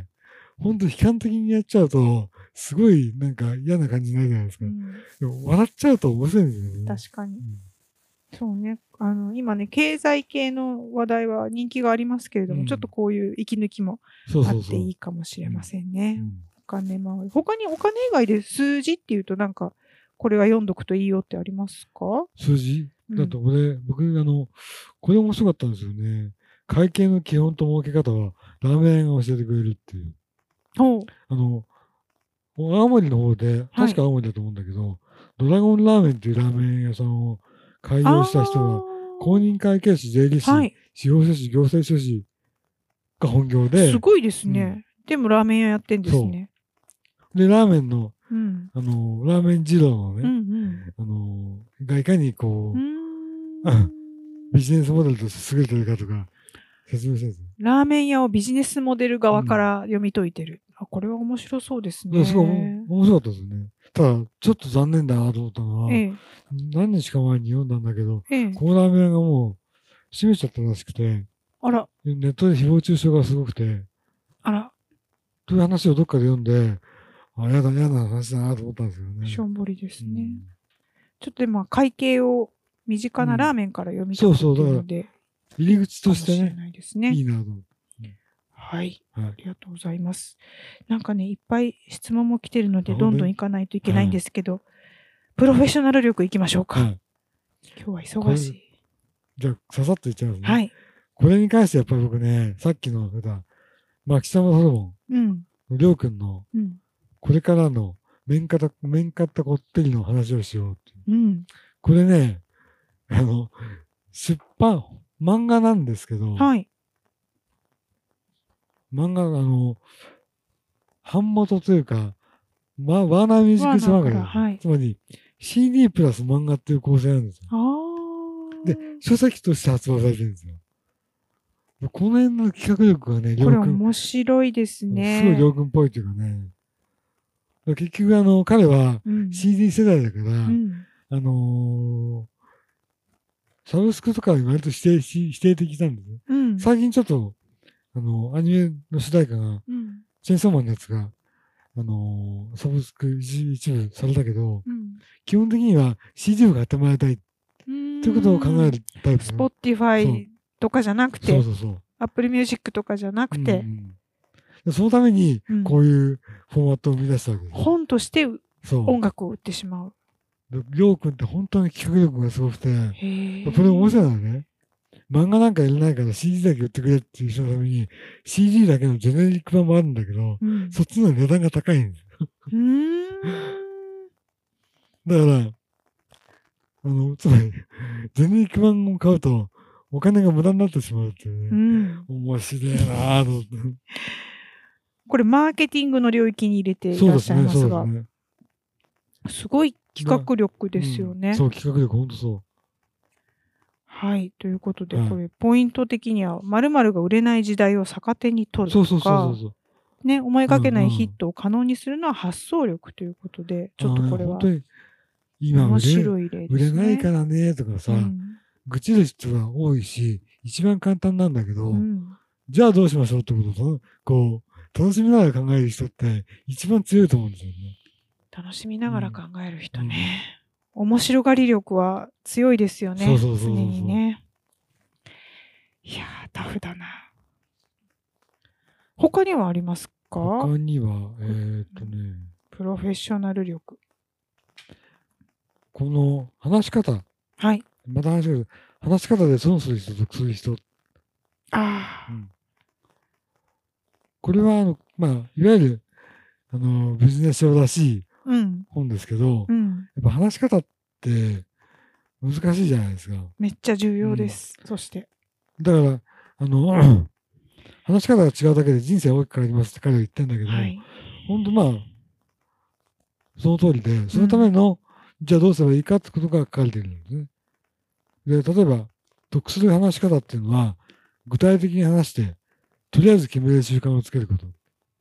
本当に悲観的にやっちゃうと、すごいなんか嫌な感じになるじゃないですか。でも笑っちゃうと面白いんですよね。 確かに。そうね。今ね、経済系の話題は人気がありますけれども、ちょっとこういう息抜きもあっていいかもしれませんね。お金回り。他にお金以外で数字っていうとなんか、これは読んどくといいよってありますか？ 数字だと僕、これ面白かったんですよね。会計の基本と儲け方は、ラーメン屋が教えてくれるっていう。青森の方で、確か青森だと思うんだけど、ドラゴンラーメンっていうラーメン屋さんを開業した人が、公認会計士、税理士、司法書士、行政書士が本業で。 すごいですね。でもラーメン屋やってんですね。 で、ラーメンの、ラーメン二郎のね、がいかにこう、 ビジネスモデルとして優れてるかとか説明してるんですよ。 ラーメン屋をビジネスモデル側から読み解いてる。これは面白そうですね。 すごい面白かったですね。ただ、ちょっと残念だなと思ったのは、何日か前に読んだんだけど、このラーメン屋がもう閉めちゃったらしくて、 あら。 ネットで誹謗中傷がすごくて、 あら。 という話をどっかで読んで、やだ話だなと思ったんですよね。 しょんぼりですね。ちょっと今、会計を身近なラーメンから読み解くっていうので、 入り口としてね、 いいなと思って。 はい。ありがとうございます。なんかね、いっぱい質問も来てるので、どんどん行かないといけないんですけど、プロフェッショナル力行きましょうか。今日は忙しい。 じゃあ、ささっと言っちゃいますね。 はい。 これに関してやっぱり僕ね、さっきの、牧様ソロモン、りょうくんの、これからの面かったこってりの話をしようっていう。これね、漫画なんですけど、 はい。 漫画、版元というか、ワーナーミュージックス漫画で、つまり CD プラス漫画っていう構成なんですよ。で、書籍として発売されてるんですよ。この辺の企画力がね、 これ面白いですね。 すごいりょうくんっぽいというかね。結局彼は CD 世代だから、サブスクとか割と否定的なんですね。最近ちょっと、アニメの主題歌が、チェーンソーマンのやつが、サブスク一部されたけど、基本的には CD を買ってもらいたいということを考えるタイプ。 Spotify とかじゃなくて、Apple Music とかじゃなくて、 そのためにこういうフォーマットを生み出したわけです。 本として音楽を売ってしまう。 りょうくんって本当に企画力がすごくて、これ面白いのはね、漫画なんか入れないから CD だけ売ってくれっていう人のために CD だけのジェネリック版もあるんだけど、そっちの値段が高いんですよ。だから、つまり、ジェネリック版を買うとお金が無駄になってしまうっていうね。面白いなぁと思って。 これマーケティングの領域に入れていらっしゃいますが、すごい企画力ですよね。 そう、企画力、本当そう。 はい。ということで、これ、ポイント的には、〇〇が売れない時代を逆手に取るとか、ね、思いがけないヒットを可能にするのは発想力ということで、ちょっとこれは、面白い例ですね。 売れないからね、とかさ、愚痴る人が多いし、一番簡単なんだけど、じゃあどうしましょうってことを、楽しみながら考える人って一番強いと思うんですよね。 楽しみながら考える人ね。面白がり力は強いですよね。常にね。いやー、タフだな。他にはありますか？ 他には、 プロフェッショナル力。 この話し方。 はい。 また話し方で損する人、得する人。これは、いわゆる、ビジネス書らしい本ですけど、やっぱ話し方って難しいじゃないですか。 めっちゃ重要です。そして。 だから、話し方が違うだけで人生大きく変わりますって彼は言ってんだけど、本当その通りで、そのための、じゃあどうすればいいかってことが書かれているんですね。で、例えば、得する話し方っていうのは、具体的に話して、とりあえず決める習慣をつけること。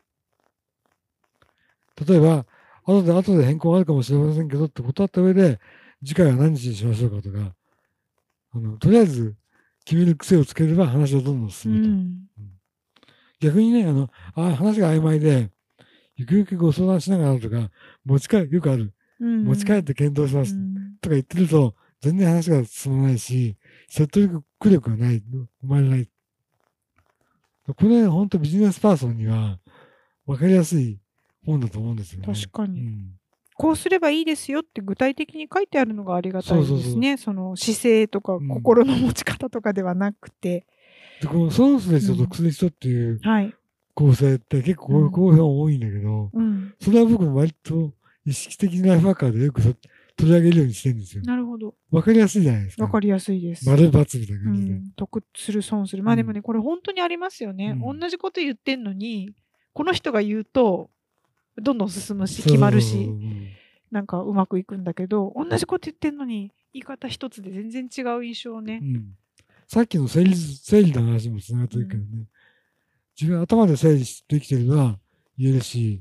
例えば、後で変更あるかもしれませんけどって断った上で、次回は何日にしましょうかとか、とりあえず決める癖をつければ話がどんどん進むと。逆にね、話が曖昧で、ゆくゆくご相談しながらとか、よくある。持ち帰って検討します。とか言ってると、全然話が進まないし、説得力が生まれない。これ、本当ビジネスパーソンには分かりやすい本だと思うんですよね。 確かに。こうすればいいですよって具体的に書いてあるのがありがたいですね。その姿勢とか心の持ち方とかではなくて。 で、この損する人、得する人っていう構成って結構こういう本多いんだけど、それは僕も割と意識的にライフワーカーでよく取り上げるようにしてるんですよ。 なるほど。 わかりやすいじゃないですか。 わかりやすいです。 丸×みたいな感じで。 得する、損する。まあでもね、これ本当にありますよね。同じこと言ってんのに、この人が言うと、どんどん進むし、決まるし、なんかうまくいくんだけど、同じこと言ってんのに、言い方一つで全然違う印象をね、 さっきの整理の話もつながってるけどね、自分頭で整理できてるのは言えるし、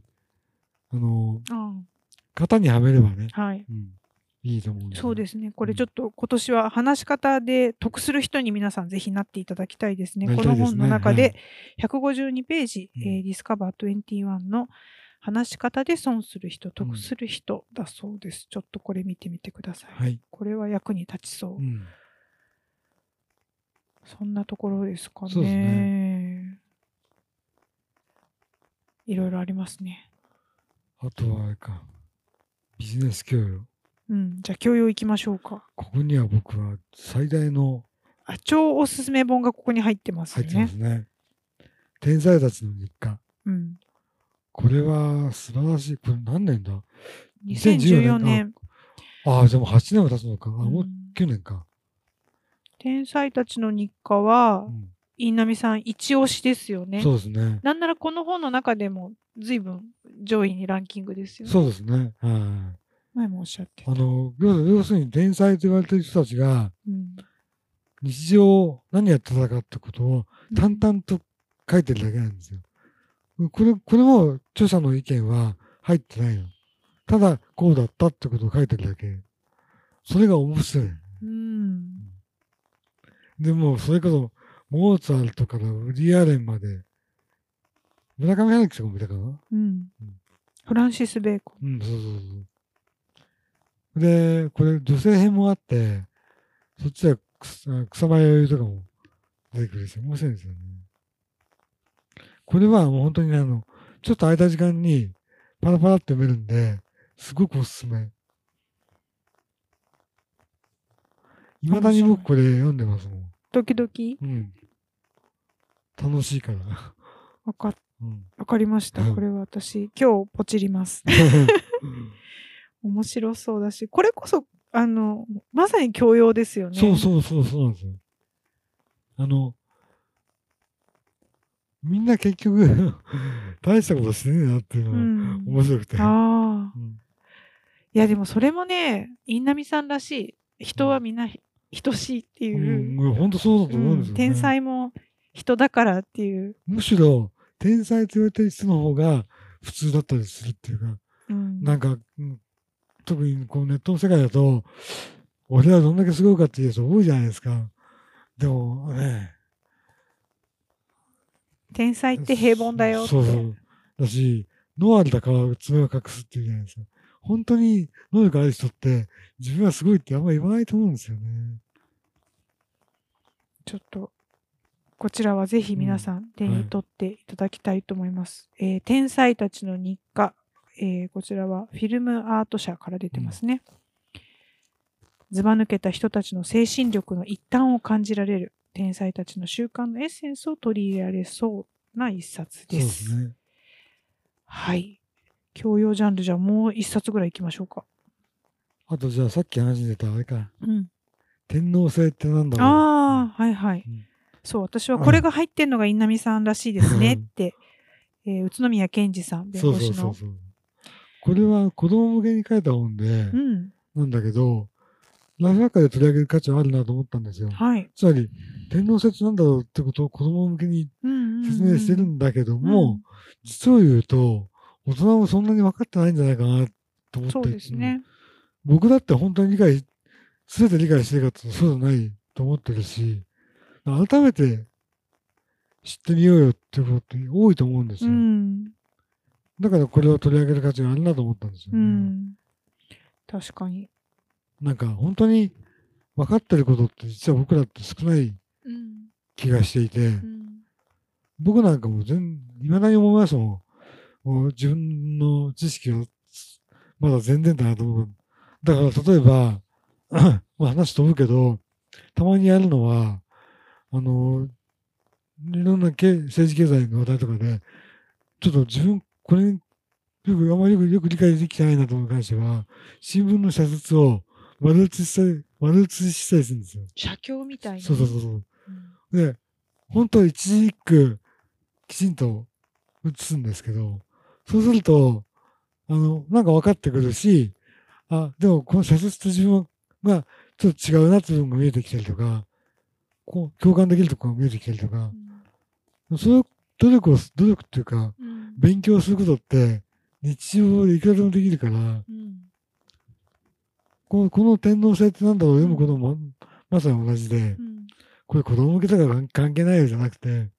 型にはめればね、 はい。 いいと思うんです。 そうですね。これちょっと今年は話し方で得する人に皆さんぜひなっていただきたいですね。この本の中で152ページ、Discover 21の話し方で損する人、得する人だそうです。ちょっとこれ見てみてください。 はい、 これは役に立ちそう。そんなところですかね。 そうですね。 いろいろありますね。 あとはあれか、ビジネス教養。 じゃあ教養行きましょうか。 ここには僕は最大の超おすすめ本がここに入ってますね。 入ってますね。天才たちの日課。これは素晴らしい。これ何年だ ?2014 年。 ああ、でも8年は経つのか。もう9年か。 天才たちの日課は、印南さん一押しですよね。 そうですね。 なんならこの本の中でも随分上位にランキングですよね。 そうですね。 前もおっしゃってた。 要するに天才と言われている人たちが、日常何やってたかってことを淡々と書いてるだけなんですよ。これも著者の意見は入ってないの。ただこうだったってことを書いてるだけ。それが面白い。でもそれこそモーツァルトからウディアレンまで、村上春樹とかもいたかな。 フランシス・ベーコン。 そうそうそう。で、これ女性編もあって、そっちは草間彌生とかも出てくるし、面白いんですよね。これはもう本当にちょっと空いた時間にパラパラって読めるんで、すごくおすすめ。いまだに僕これ読んでますもん。 時々 楽しいから。 わかりました。これは私、今日ポチります。面白そうだし、これこそ、まさに教養ですよね。 そうなんですよ。みんな結局大したことしてねえなっていうのが面白くて。 いや、でもそれもね、印南さんらしい。人はみんな等しいっていう。 本当そうだと思うんですよね。 天才も人だからっていう。 むしろ、天才と言われてる人の方が普通だったりするっていうか、なんか、特にこうネットの世界だと、俺はどんだけすごいかっていう人多いじゃないですか。でもね、 天才って平凡だよって。 そうだし、ノアルだから爪を隠すっていうじゃないですか。本当に能力ある人って自分はすごいってあんまり言わないと思うんですよね。 ちょっとこちらはぜひ皆さん手に取っていただきたいと思います。天才たちの日課、こちらはフィルムアート社から出てますね。ずば抜けた人たちの精神力の一端を感じられる天才たちの習慣のエッセンスを取り入れられそうな一冊です。 そうですね。 はい。教養ジャンルじゃもう一冊ぐらい行きましょうか。 あとじゃあさっき話に出たあれか。天皇制ってなんだろう。 はいはい。そう、私はこれが入ってんのが印南さんらしいですねって、宇都宮健児さん、弁護士の。そう。 これは子供向けに書いた本で、なんだけど、ライフワーカーで取り上げる価値はあるなと思ったんですよ。つまり、天皇制ってなんだろうってことを子供向けに説明してるんだけども、実を言うと、大人もそんなに分かってないんじゃないかなと思って。そうですね。僕だって本当に全て理解してるかってそうじゃないと思ってるし、改めて知ってみようよっていうことって多いと思うんですよ。だからこれを取り上げる価値があるなと思ったんですよね。 確かに。 なんか本当に分かってることって実は僕らって少ない気がしていて、僕なんかもいまだに思いますもん。もう自分の知識はまだ全然だなと思う。だから例えば、話飛ぶけど、たまにやるのは、いろんな政治経済の話題とかで、ちょっと自分、これ、あまりよく理解できてないなと思う関しては、新聞の社説を丸写ししたりするんですよ。 写経みたいな。 そう。で、本当は一字一句きちんと写すんですけど、そうすると、なんか分かってくるし、でもこの社説と自分がちょっと違うなっていうのが見えてきたりとか、 こう共感できるところが見えてきたりとか、そういう努力っていうか、勉強することって日常でいくらでもできるから、この天皇制ってなんだろう、読むこともまさに同じで、これ子供向けとか関係ないよじゃなくて、いや、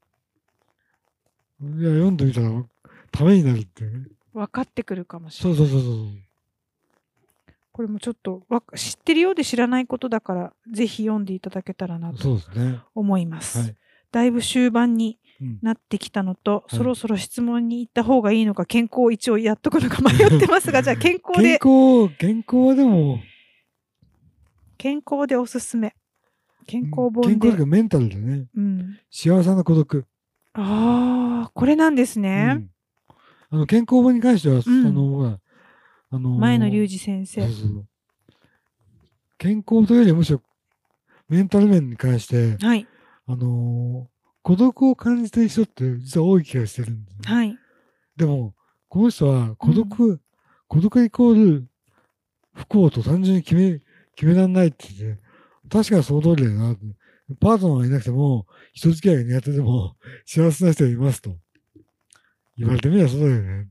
読んでみたらためになるっていうね。 分かってくるかもしれない。 そう。 これもちょっと知ってるようで知らないことだから、ぜひ読んでいただけたらなと思います。はい、だいぶ終盤になってきたのと、そろそろ質問に行った方がいいのか、健康を一応やっとくのか迷ってますが、じゃあ健康で。 健康はでも。 健康でおすすめ。健康本で。 健康というかメンタルでね。幸せな孤独。 ああ、これなんですね。 健康本に関しては、 前野隆二先生。 そう健康というよりむしろメンタル面に関して、 はい、 孤独を感じている人って実は多い気がしてるんです、ね。 はい、 でも、この人は孤独イコール不幸と単純に決められないって言って、確かにその通りだよな。パートナーがいなくても、人付き合いが苦手でも、幸せな人がいますと。言われてみればそうだよねって。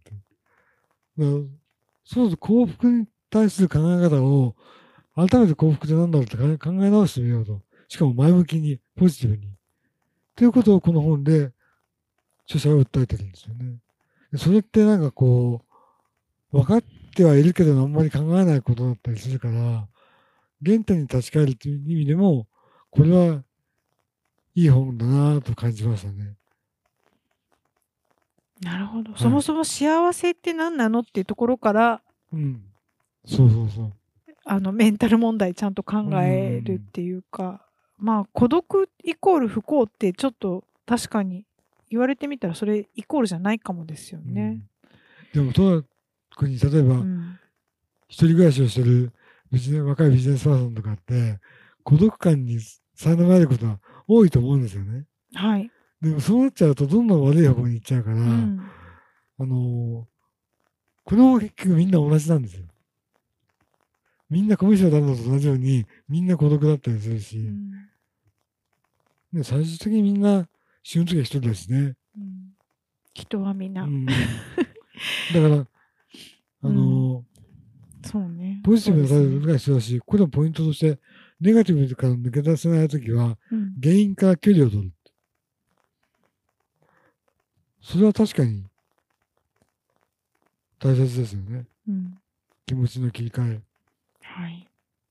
そう幸福に対する考え方を、改めて幸福って何だろうって考え直してみようと。しかも前向きに、ポジティブに。ということをこの本で著者は訴えてるんですよね。それってなんかこう、分かってはいるけどあんまり考えないことだったりするから、原点に立ち返るという意味でも、これはいい本だなと感じましたね。 なるほど。はい、そもそも幸せって何なのっていうところから、 そう。 メンタル問題ちゃんと考えるっていうか、まあ孤独イコール不幸ってちょっと確かに言われてみたらそれイコールじゃないかもですよね。 でも特に例えば、一人暮らしをしてる若いビジネスパーソンとかって孤独感に苛まれることは多いと思うんですよね。 はい。 でもそうなっちゃうとどんどん悪い方向に行っちゃうから、これも結局みんな同じなんですよ。みんなコミュ障になるのと同じようにみんな孤独だったりするし、で最終的にみんな死ぬ時は一人だしね。 人はみんな。だからそうね。 ポジティブな態度が必要だし、これのポイントとして、ネガティブから抜け出せないときは、原因から距離を取る。それは確かに大切ですよね。気持ちの切り替え。 はい。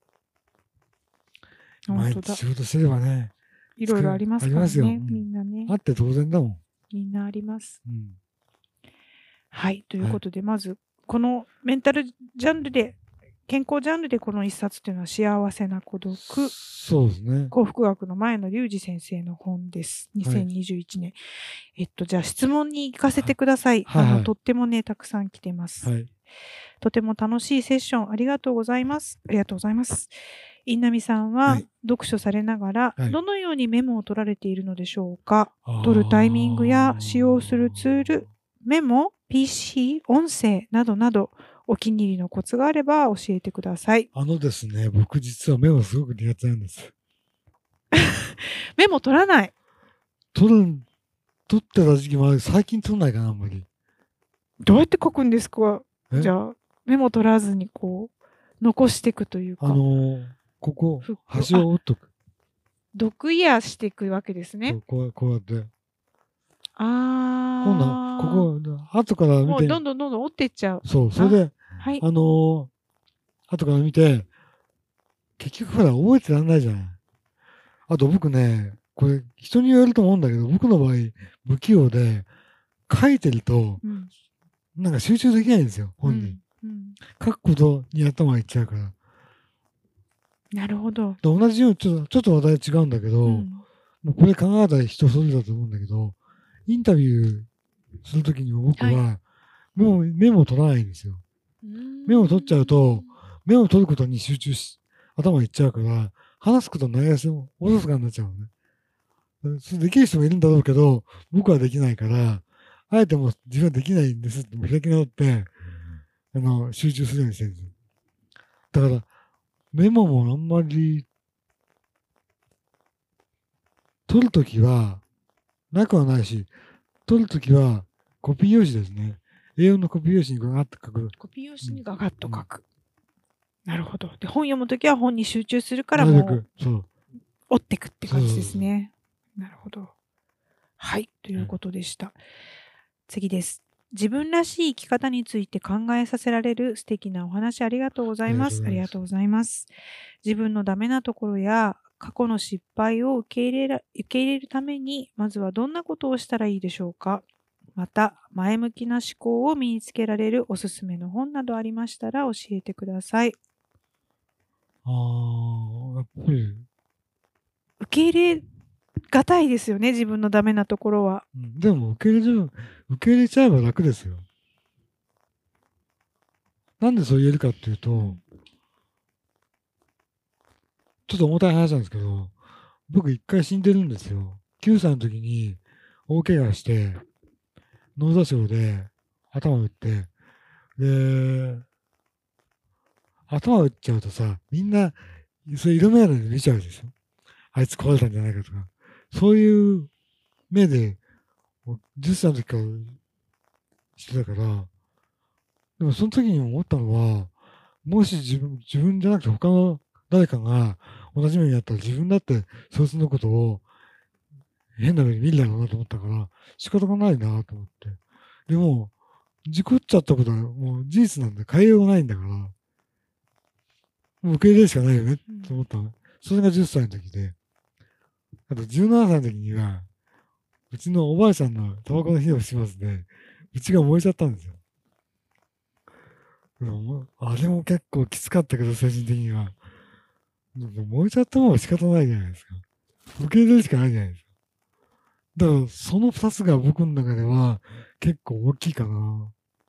毎日仕事すればね。 いろいろありますからね。みんなね。 あって当然だもん。 みんなあります。はい。ということで、まず、このメンタルジャンルで、健康ジャンルでこの一冊というのは幸せな孤独。 そうですね。 幸福学の前野隆二先生の本です。2021年。じゃあ質問に行かせてください。とってもね、たくさん来てます。とても楽しいセッションありがとうございます。ありがとうございます。印南さんは読書されながら、どのようにメモを取られているのでしょうか。取るタイミングや使用するツール、メモ、PC、音声などなど、お気に入りのコツがあれば教えてください。 ですね、僕実はメモすごく苦手なんです。 メモ取らない。 取ってた時期もある。最近取んないかな、あんまり。 どうやって書くんですか。じゃあ、メモ取らずにこう、残していくというか。 ここ、端を折っとく。 読イヤーしていくわけですね。 こうやって。今度は、ここ、後から見て。 もうどんどん折っていっちゃう。 そう、それで、後から見て、結局ほら、覚えてらんないじゃない。あと僕ね、これ、人に言われると思うんだけど、僕の場合、不器用で、書いてると、なんか集中できないんですよ、本に。書くことに頭がいっちゃうから。 なるほど。 同じようにちょっと話題違うんだけど、もうこれ考えたら人それぞれだと思うんだけど、インタビューするときにも僕は、もうメモを取らないんですよ。メモを取っちゃうと、メモを取ることに集中し、頭がいっちゃうから、話すことの内容もおろそかになっちゃうのね。それできる人もいるんだろうけど、僕はできないから、あえてもう自分はできないんですって開き直って、集中するようにしてるんですよ。だから、メモもあんまり取るときは、なくはないし、取るときはコピー用紙ですね。A4 のコピー用紙にガガッと書く。 コピー用紙にガガッと書く。なるほど。で、本読むときは本に集中するからもう、折っていくって感じですね。なるほど。はい、ということでした。次です。自分らしい生き方について考えさせられる素敵なお話ありがとうございます。ありがとうございます。自分のダメなところや過去の失敗を受け入れるために、まずはどんなことをしたらいいでしょうか。また、前向きな思考を身につけられるおすすめの本などありましたら教えてください。 やっぱり。 受け入れがたいですよね、自分のダメなところは。 でも受け入れちゃえば楽ですよ。なんでそう言えるかっていうと、ちょっと重たい話なんですけど、僕一回死んでるんですよ。9歳の時に大怪我して、脳挫傷で頭打って、で、頭打っちゃうとさ、みんな、それ色眼鏡で見ちゃうでしょ。あいつ壊れたんじゃないかとか。そういう目で、10歳の時からしてたから、でもその時に思ったのは、もし自分じゃなくて他の誰かが同じ目にやったら自分だってそいつのことを変な目に見るだろうなと思ったから仕方がないなと思って。でも、事故っちゃったことはもう事実なんで変えようがないんだから、もう受け入れるしかないよねと思ったの。それが10歳の時で。あと17歳の時には、うちのおばあちゃんのタバコの火をしますね。うちが燃えちゃったんですよ。あれも結構きつかったけど、精神的には。燃えちゃったものは仕方ないじゃないですか。受け入れるしかないじゃないですか。だから、その二つが僕の中では結構大きいかな。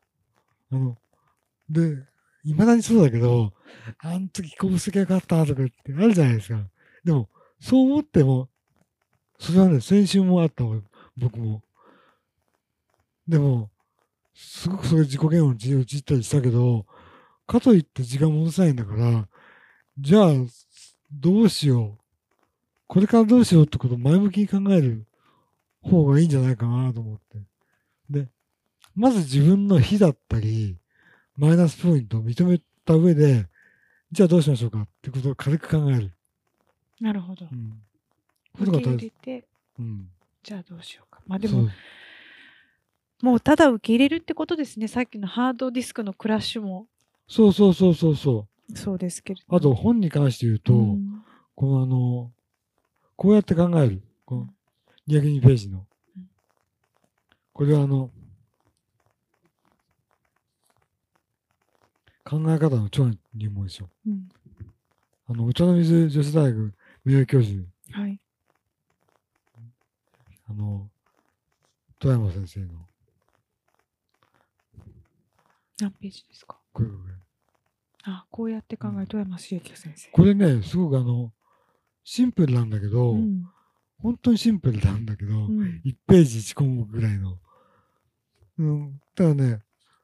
で、未だにそうだけど、あの時こうすきゃよかったとかってあるじゃないですか。でも、そう思っても、それはね、先週もあったの、僕も。でも、すごくそれ自己嫌悪に陥ったりしたけど、かといって時間戻せないんだから、じゃあ、どうしよう。これからどうしようってことを前向きに考える方がいいんじゃないかなと思って。で、まず自分の非だったり、マイナスポイントを認めた上で、じゃあどうしましょうかってことを軽く考える。 なるほど。受け入れて、じゃあどうしようか。まあでも、もうただ受け入れるってことですね。さっきのハードディスクのクラッシュも。 そう。 そうですけれど。 あと本に関して言うと、こうやって考える。この202ページの。これは考え方の超入門書。お茶の水女子大学名誉教授。 はい。 富山先生の。 何ページですか？こうやって考える富山茂樹先生。 これね、すごくシンプルなんだけど、本当にシンプルなんだけど、1ページ1項目ぐらいの。ただね、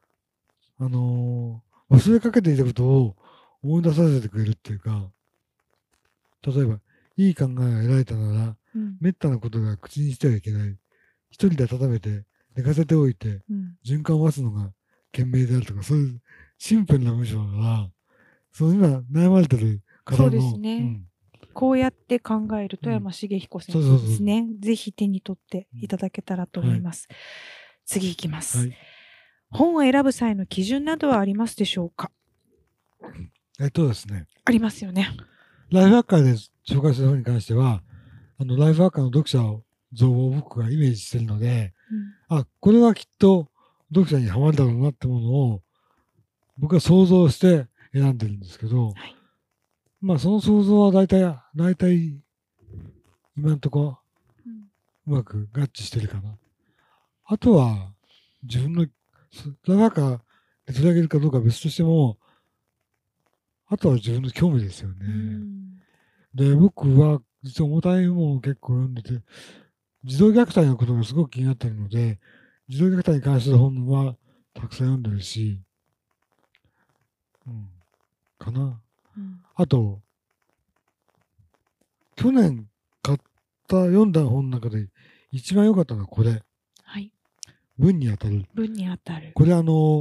忘れかけていたことを思い出させてくれるっていうか、例えば、いい考えが得られたなら、めったなことが口にしてはいけない。一人で温めて、寝かせておいて、循環を待つのが賢明であるとか、そういうシンプルな文章だから、今悩まれてる方の。 そうですね。こうやって考える富山茂彦先生ですね。ぜひ手に取っていただけたらと思います。次いきます。本を選ぶ際の基準などはありますでしょうか？ ですね。 ありますよね。 ライフハッカーで紹介する本に関しては、ライフハッカーの読者像を僕がイメージしてるので、これはきっと読者にハマるだろうなってものを僕は想像して選んでるんですけど、まあその想像は大体今のところうまく合致してるかな。あとは自分のライフハッカーで取り上げるかどうかは別としても、あとは自分の興味ですよね。で、僕は実は重たい本を結構読んでて、児童虐待のことがすごく気になっているので、児童虐待に関する本はたくさん読んでるし、かな。あと、去年買っ読んだ本の中で一番良かったのはこれ。 はい。 文に当たる。 文に当たる。 これ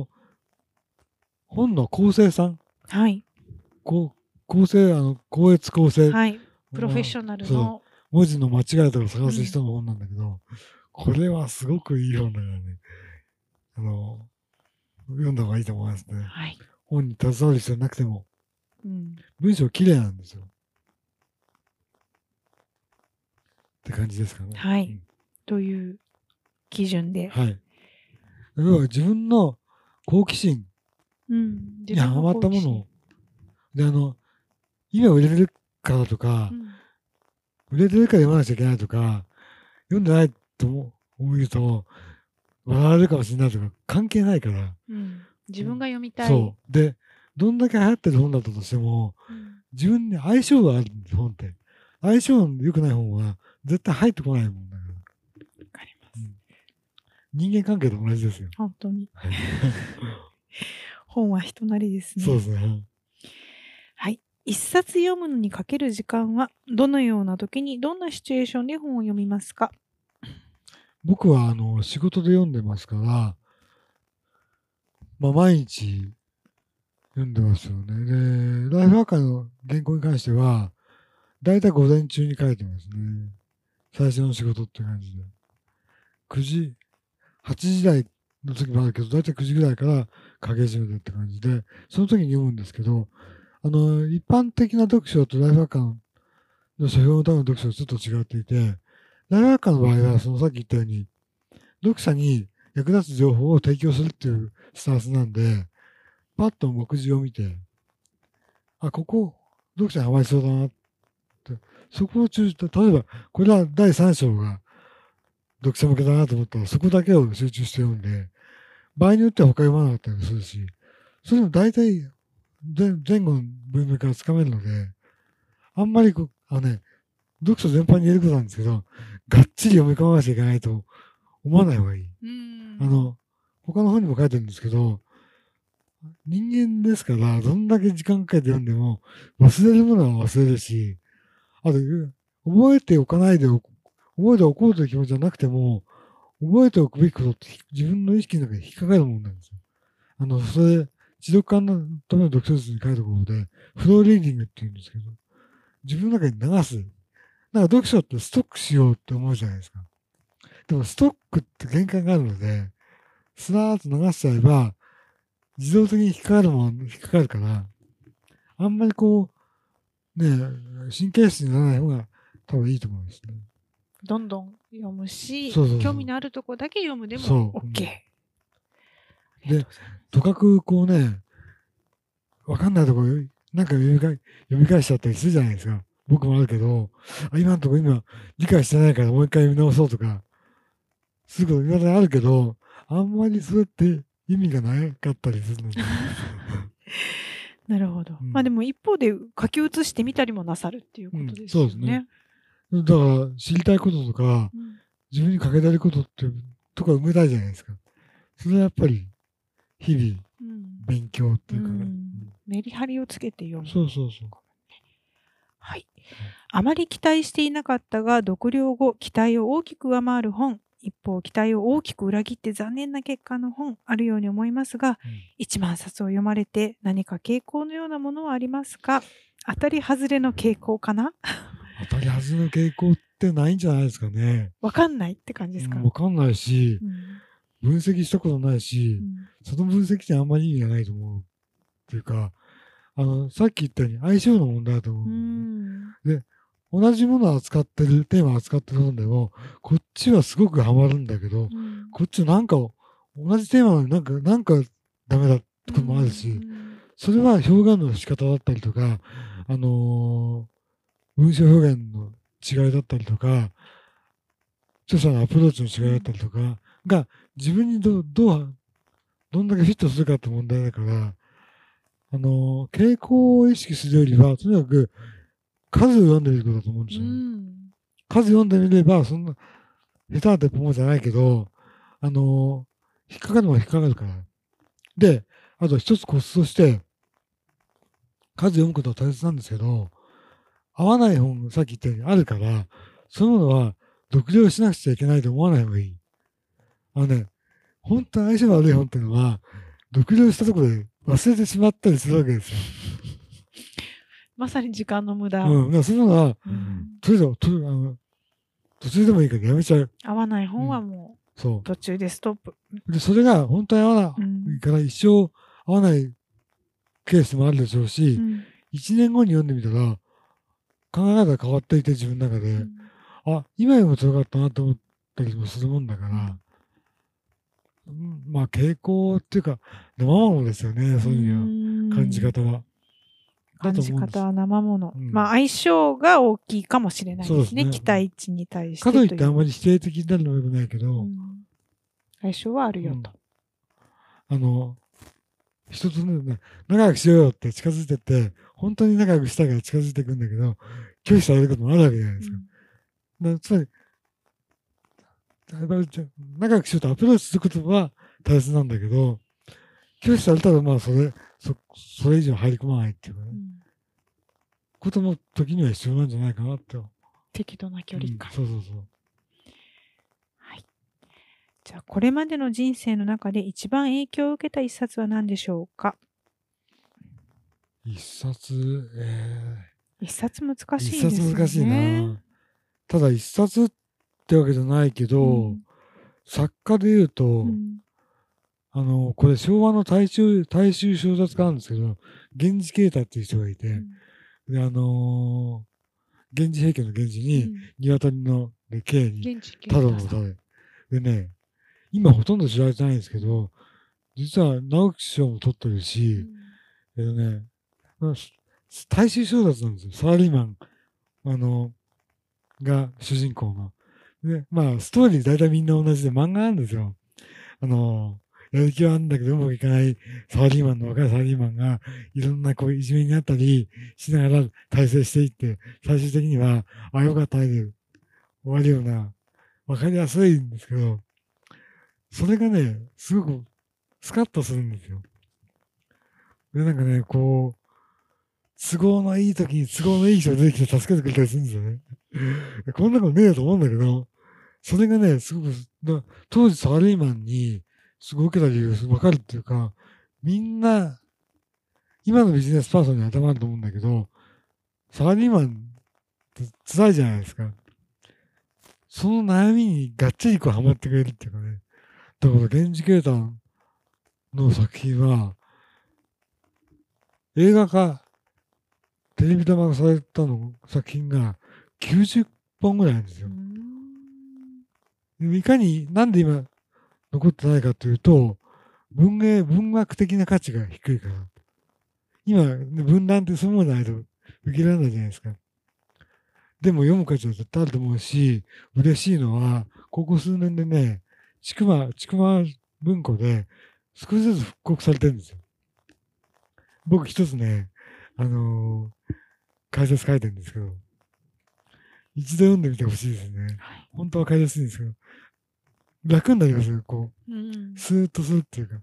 本の構成さん。 はい。 構成、校閲構成。 はい。プロフェッショナルの。 文字の間違いとか探す人の本なんだけど、これはすごくいい本だからね。読んだ方がいいと思いますね。 はい。 本に携わる必要なくても。文章綺麗なんですよ。って感じですかね。 はい。という基準で。 はい。要は自分の好奇心にハマったものを、で、今売れてるからとか、売れてるから読まなきゃいけないとか、読んでないと思うと、笑われるかもしれないとか、関係ないから。 自分が読みたい。 そう。で、どんだけ流行ってる本だったとしても、自分に相性があるんです、本って。相性の良くない本は、絶対入ってこないもんだから。わかります。 人間関係と同じですよ。 本当に。本は人なりですね。 そうですね。 はい。一冊読むのにかける時間は、どのような時に、どんなシチュエーションで本を読みますか？ 僕は仕事で読んでますから、毎日読んでますよね。で、ライフワーカーの原稿に関しては、だいたい午前中に書いてますね。最初の仕事って感じで。9時、8時台の時もあるけど、だいたい9時ぐらいから書き始めてって感じで、その時に読むんですけど、一般的な読書とライフワーカーの書評のための読書はちょっと違っていて、ライフワーカーの場合は、さっき言ったように、読者に役立つ情報を提供するっていうスタンスなんで、パッと目次を見て、ここ、読者にハマりそうだなって、そこを例えば、これは第3章が読者向けだなと思ったら、そこだけを集中して読んで、場合によっては他読まなかったりするし、それも大体前後の文明からつかめるので、あんまり読書全般に言えることなんですけど、がっちり読み込まなきゃいけないと思わない方がいい。他の本にも書いてるんですけど、人間ですから、どんだけ時間かけて読んでも、忘れるものは忘れるし、あと、覚えておこうという気持ちじゃなくても、覚えておくべきことって自分の意識の中に引っかかるものなんですよ。それ、持続感のための読書術に書いたところで、フローリーディングって言うんですけど、自分の中に流す。読書ってストックしようって思うじゃないですか。でもストックって限界があるので、スラーっと流しちゃえば、自動的に引っかかるから、あんまり神経質にならない方が多分いいと思うんですね。 どんどん読むし、興味のあるとこだけ読むでも OK。 で、とかくわかんないとこなんか読み返しちゃったりするじゃないですか。僕もあるけど、今理解してないからもう一回読み直そうとか、すぐ言われあるけど、あんまりそうやって意味がなかったりするので。 なるほど。でも一方で書き写してみたりもなさるっていうことですよね。そうですね。 だから知りたいこととか、自分にかけたいこととか埋めたいじゃないですか。それはやっぱり日々勉強っていうかね。 メリハリをつけて読む。 そう。 はい。あまり期待していなかったが、読了後、期待を大きく上回る本。一方、期待を大きく裏切って残念な結果の本あるように思いますが、1万冊を読まれて何か傾向のようなものはありますか？当たり外れの傾向かな？ 当たり外れの傾向ってないんじゃないですかね。 わかんないって感じですか？ わかんないし、分析したことないし、その分析ってあんまり意味がないと思う。っていうか、さっき言ったように相性の問題だと思う。で、同じものを扱ってる、テーマを扱ってる本でも、こっちはすごくハマるんだけど、こっち同じテーマなのになんかダメだってこともあるし、それは表現の仕方だったりとか、文章表現の違いだったりとか、著者のアプローチの違いだったりとかが、自分にどんだけフィットするかって問題だから、傾向を意識するよりは、とにかく数を読んでみることだと思うんですよ。数読んでみれば、そんな下手な鉄砲じゃないけど、引っかかるも引っかかるから。で、あと一つコツとして、数読むことは大切なんですけど、合わない本、さっき言ったようにあるから、 そういうものは読了しなくちゃいけないと思わない方がいい。本当に相性悪い本っていうのは、読了したところで忘れてしまったりするわけですよ。 まさに時間の無駄。 だからそういうのは、とりあえず途中でもいいからやめちゃう。 合わない本はもう、途中でストップ。 で、それが本当に合わないから一生合わないケースもあるでしょうし、1年後に読んでみたら、考え方が変わっていて自分の中で、今読むとよかったなと思ったりもするもんだから、まあ傾向っていうか、生ものですよね、そういう感じ方は。 感じ方は生もの。まあ相性が大きいかもしれないですね。期待値に対して。 かといってあんまり否定的になるのもよくないけど、 相性はあるよと。 人とね、仲良くしようよって近づいてって、本当に仲良くしたいから近づいていくんだけど、拒否されることもあるわけじゃないですか。つまり、仲良くしようとアプローチすることは大切なんだけど、拒否されたらまあそれ以上入り込まないっていうかね、ことも時には必要なんじゃないかなって。 適度な距離感。 そう。 はい。じゃあ、これまでの人生の中で一番影響を受けた一冊は何でしょうか？ 一冊難しいですね。 一冊難しいな。ただ一冊ってわけじゃないけど、作家で言うと、これ昭和の大衆小説家なんですけど、源氏啓太っていう人がいて、で、源氏平家の源氏に、鶏の慶に、太郎の太郎。でね、今ほとんど知られてないんですけど、実は直木賞も取ってるし、大衆小説なんですよ。サラリーマン、が主人公の。で、まあ、ストーリー大体みんな同じで漫画なんですよ。やる気はあるんだけどうまくいかないサラリーマンの若いサラリーマンがいろんなこういじめにあったりしながら大成していって、最終的には、よかったねで終わるような、わかりやすいんですけど、それがね、すごくスカッとするんですよ。で、なんかね、こう、都合のいい時に都合のいい人が出てきて助けてくれたりするんですよね。こんなことねえと思うんだけど、それがね、すごく、当時サラリーマンにすごく受けた理由がわかるっていうか、みんな、今のビジネスパーソンに頭あると思うんだけど、サラリーマンって辛いじゃないですか。その悩みにがっちりこうハマってくれるっていうかね。だから、源氏啓太の作品は、映画化、テレビドラマ化された作品が90本ぐらいあるんですよ。いかに、なんで今残ってないかというと、文学的な価値が低いから。今、文壇ってそういうものじゃないと受けられないじゃないですか。でも読む価値は絶対あると思うし、嬉しいのは、ここ数年でね、ちくま文庫で少しずつ復刻されてるんですよ。僕一つね、解説書いてるんですけど、一度読んでみてほしいですね。本当は買いやすいんですけど、楽になりますよ、こう。スーッとするっていうか。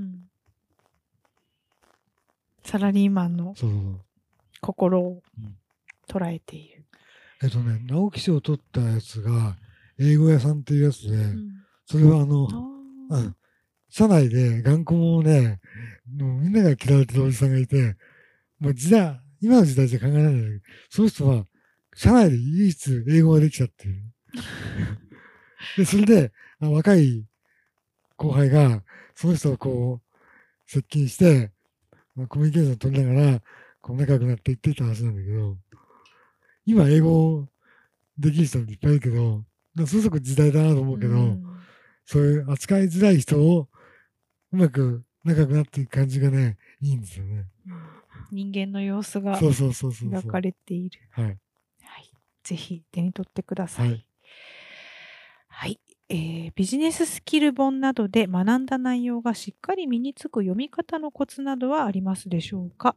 サラリーマンの心を捉えている。 直木賞を取ったやつが、英語屋さんっていうやつで、それは社内で頑固者ね、もうみんなが嫌われてるおじさんがいて、もう今の時代じゃ考えられない。その人は、社内で唯一英語ができたっていう。で、それで、若い後輩が、その人をこう、接近して、コミュニケーション取りながら、こう仲良くなっていってた話なんだけど、今英語できる人もいっぱいいるけど、すごく時代だなと思うけど、そういう扱いづらい人をうまく仲良くなっていく感じがね、いいんですよね。 人間の様子が描かれている。 はい。 ぜひ手に取ってください。はい。ビジネススキル本などで学んだ内容がしっかり身につく読み方のコツなどはありますでしょうか？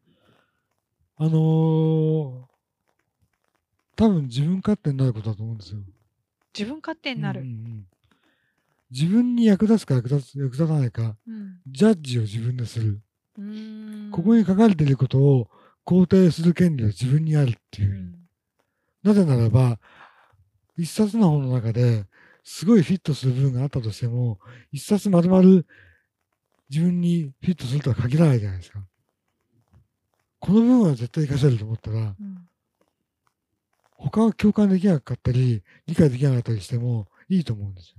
多分自分勝手になることだと思うんですよ。 自分勝手になる。 自分に役立つか役立たないか、ジャッジを自分でする。ここに書かれていることを肯定する権利は自分にあるっていう。なぜならば、 一冊の本の中ですごいフィットする部分があったとしても、一冊丸々自分にフィットするとは限らないじゃないですか。この部分は絶対活かせると思ったら、他は共感できなかったり、理解できなかったりしてもいいと思うんです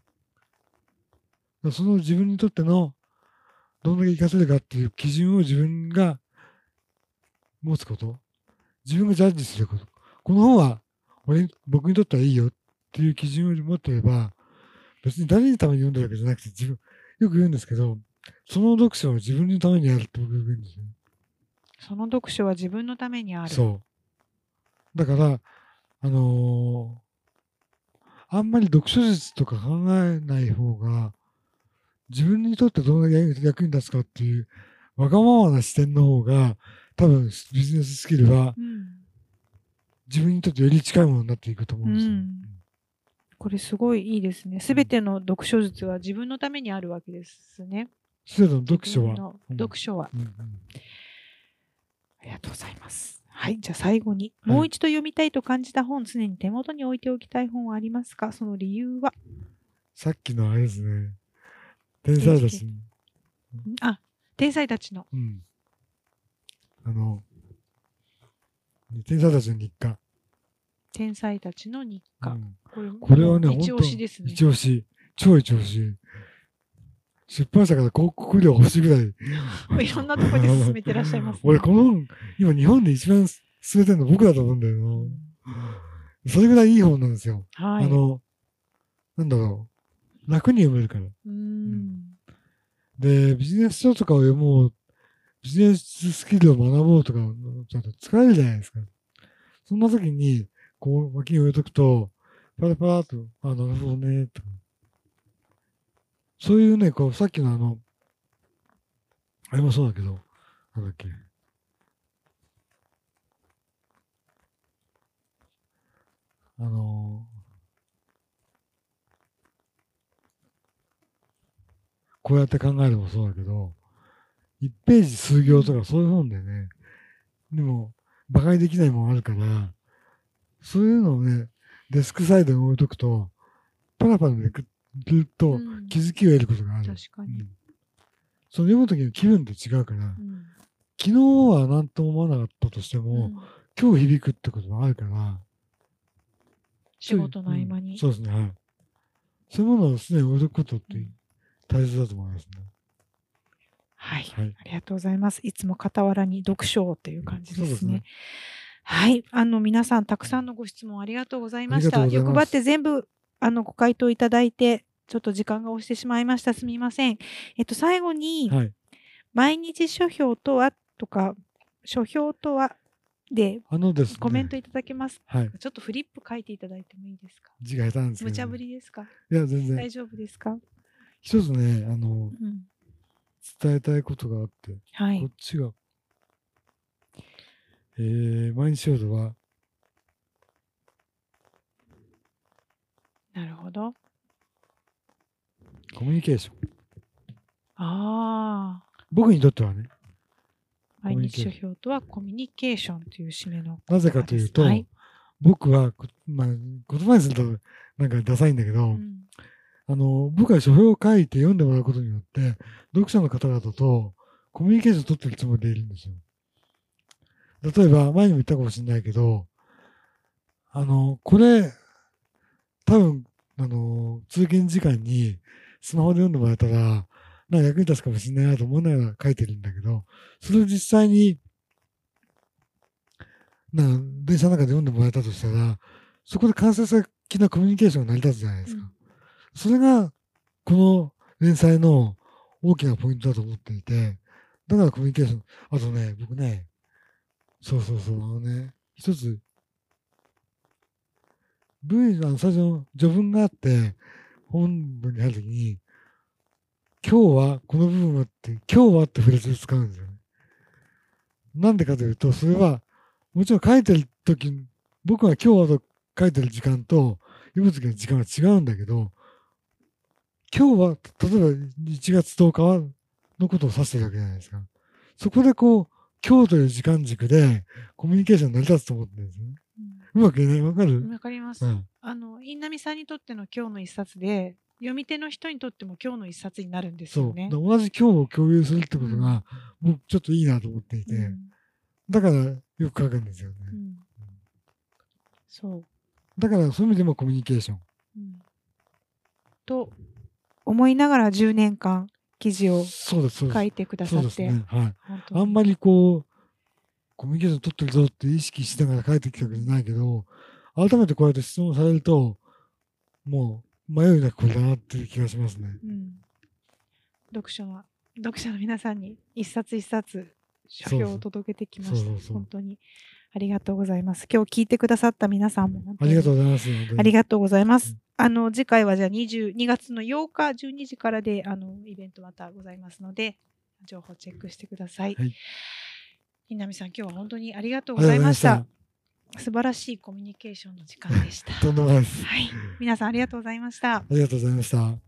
よ。その自分にとってのどんだけ活かせるかっていう基準を自分が持つこと、自分がジャッジすること。この本は僕にとってはいいよっていう基準を持っていれば、別に誰にために読んでるわけじゃなくて、よく言うんですけど、その読書は自分のためにあるって僕は言うんですよ。 その読書は自分のためにある。 そう。だから、あんまり読書術とか考えない方が、自分にとってどんな役に立つかっていう、わがままな視点の方が、多分ビジネススキルは、自分にとってより近いものになっていくと思うんですよ。 これすごいいいですね。すべての読書術は自分のためにあるわけですね。 すべての読書は。 読書は。ありがとうございます。はい。じゃあ最後に、もう一度読みたいと感じた本、常に手元に置いておきたい本はありますか？その理由は？ さっきのあれですね。天才たち。 天才たちの。 天才たちの日課。 天才たちの日課。 これはね、 一押しですね。 一押し。超一押し。出版社から広告料欲しいぐらい。 いろんなところで進めてらっしゃいます、ね。 俺、この本、今日本で一番進めてるの僕だと思うんだよな。それぐらいいい本なんですよ。 はい。 なんだろう。楽に読めるから。で、ビジネス書とかを読もう、ビジネススキルを学ぼうとか、ちゃんと疲れるじゃないですか。そんな時に、こう、脇に置いとくと、パラパラっと、なるほどね、と。そういうね、こう、さっきのあれもそうだけど、なんだっけ。こうやって考えるのもそうだけど、1ページ数行とかそういう本でね、でも、馬鹿にできないものあるから、そういうのをね、デスクサイドに置いとくと、パラパラめくると気づきを得ることがある。 確かに。 その読むときの気分って違うから、昨日は何とも思わなかったとしても、今日響くってことがあるから、 仕事の合間に。 そうですね、はい。そういうものを常に置いとくことって大切だと思いますね。 はい。ありがとうございます。いつも傍らに読書をという感じですね。はい。皆さん、たくさんのご質問ありがとうございました。欲張って全部、ご回答いただいて、ちょっと時間が押してしまいました。すみません。最後に、毎日書評とはとか、書評とはで、コメントいただけますか？ちょっとフリップ書いていただいてもいいですか？ 字が下手なんですけど。 無茶ぶりですか？ いや、全然。 大丈夫ですか？ 一つね、伝えたいことがあって、こっちが、毎日書評は、 なるほど。 コミュニケーション。僕にとってはね。 毎日書評とはコミュニケーションという締めの。 なぜかというと、僕は、まあ、言葉にするとなんかダサいんだけど、僕は書評を書いて読んでもらうことによって、読者の方々とコミュニケーションを取ってるつもりでいるんですよ。例えば、前にも言ったかもしれないけど、これ、多分、通勤時間にスマホで読んでもらえたら、なんか役に立つかもしれないなと思いながら書いてるんだけど、それを実際に、電車の中で読んでもらえたとしたら、そこで間接的なコミュニケーションが成り立つじゃないですか。それが、この連載の大きなポイントだと思っていて、だからコミュニケーション、あとね、僕ね、そう、一つ、最初の序文があって、本文に入るときに、今日は、この部分はって、今日はってフレーズを使うんですよね。なんでかというと、それは、もちろん書いてるとき、僕は今日はと書いてる時間と、読むときの時間は違うんだけど、今日は、例えば1月10日はのことを指してるわけじゃないですか。そこでこう、今日という時間軸でコミュニケーション成り立つと思ってるんですね。 うまく言えない。わかる？ わかります。印南さんにとっての今日の一冊で、読み手の人にとっても今日の一冊になるんですよね。 そう。同じ今日を共有するってことが、僕ちょっといいなと思っていて、だからよく書くんですよね。 そう。 だからそういう意味でもコミュニケーション。 と思いながら10年間記事を書いてくださって。 そうですね。はい。あんまりこう、コミュニケーション取ってるぞって意識しながら書いてきたわけじゃないけど、改めてこうやって質問されると、もう迷いなくこれだなっていう気がしますね。 読者の皆さんに一冊一冊書評を届けてきました。本当にありがとうございます。今日聞いてくださった皆さんも本当にありがとうございます。 ありがとうございます。次回はじゃあ2月の8日12時からでイベントまたございますので、情報チェックしてください。印南さん、今日は本当にありがとうございました。素晴らしいコミュニケーションの時間でした。 とんでもないです。 はい。皆さんありがとうございました。 ありがとうございました。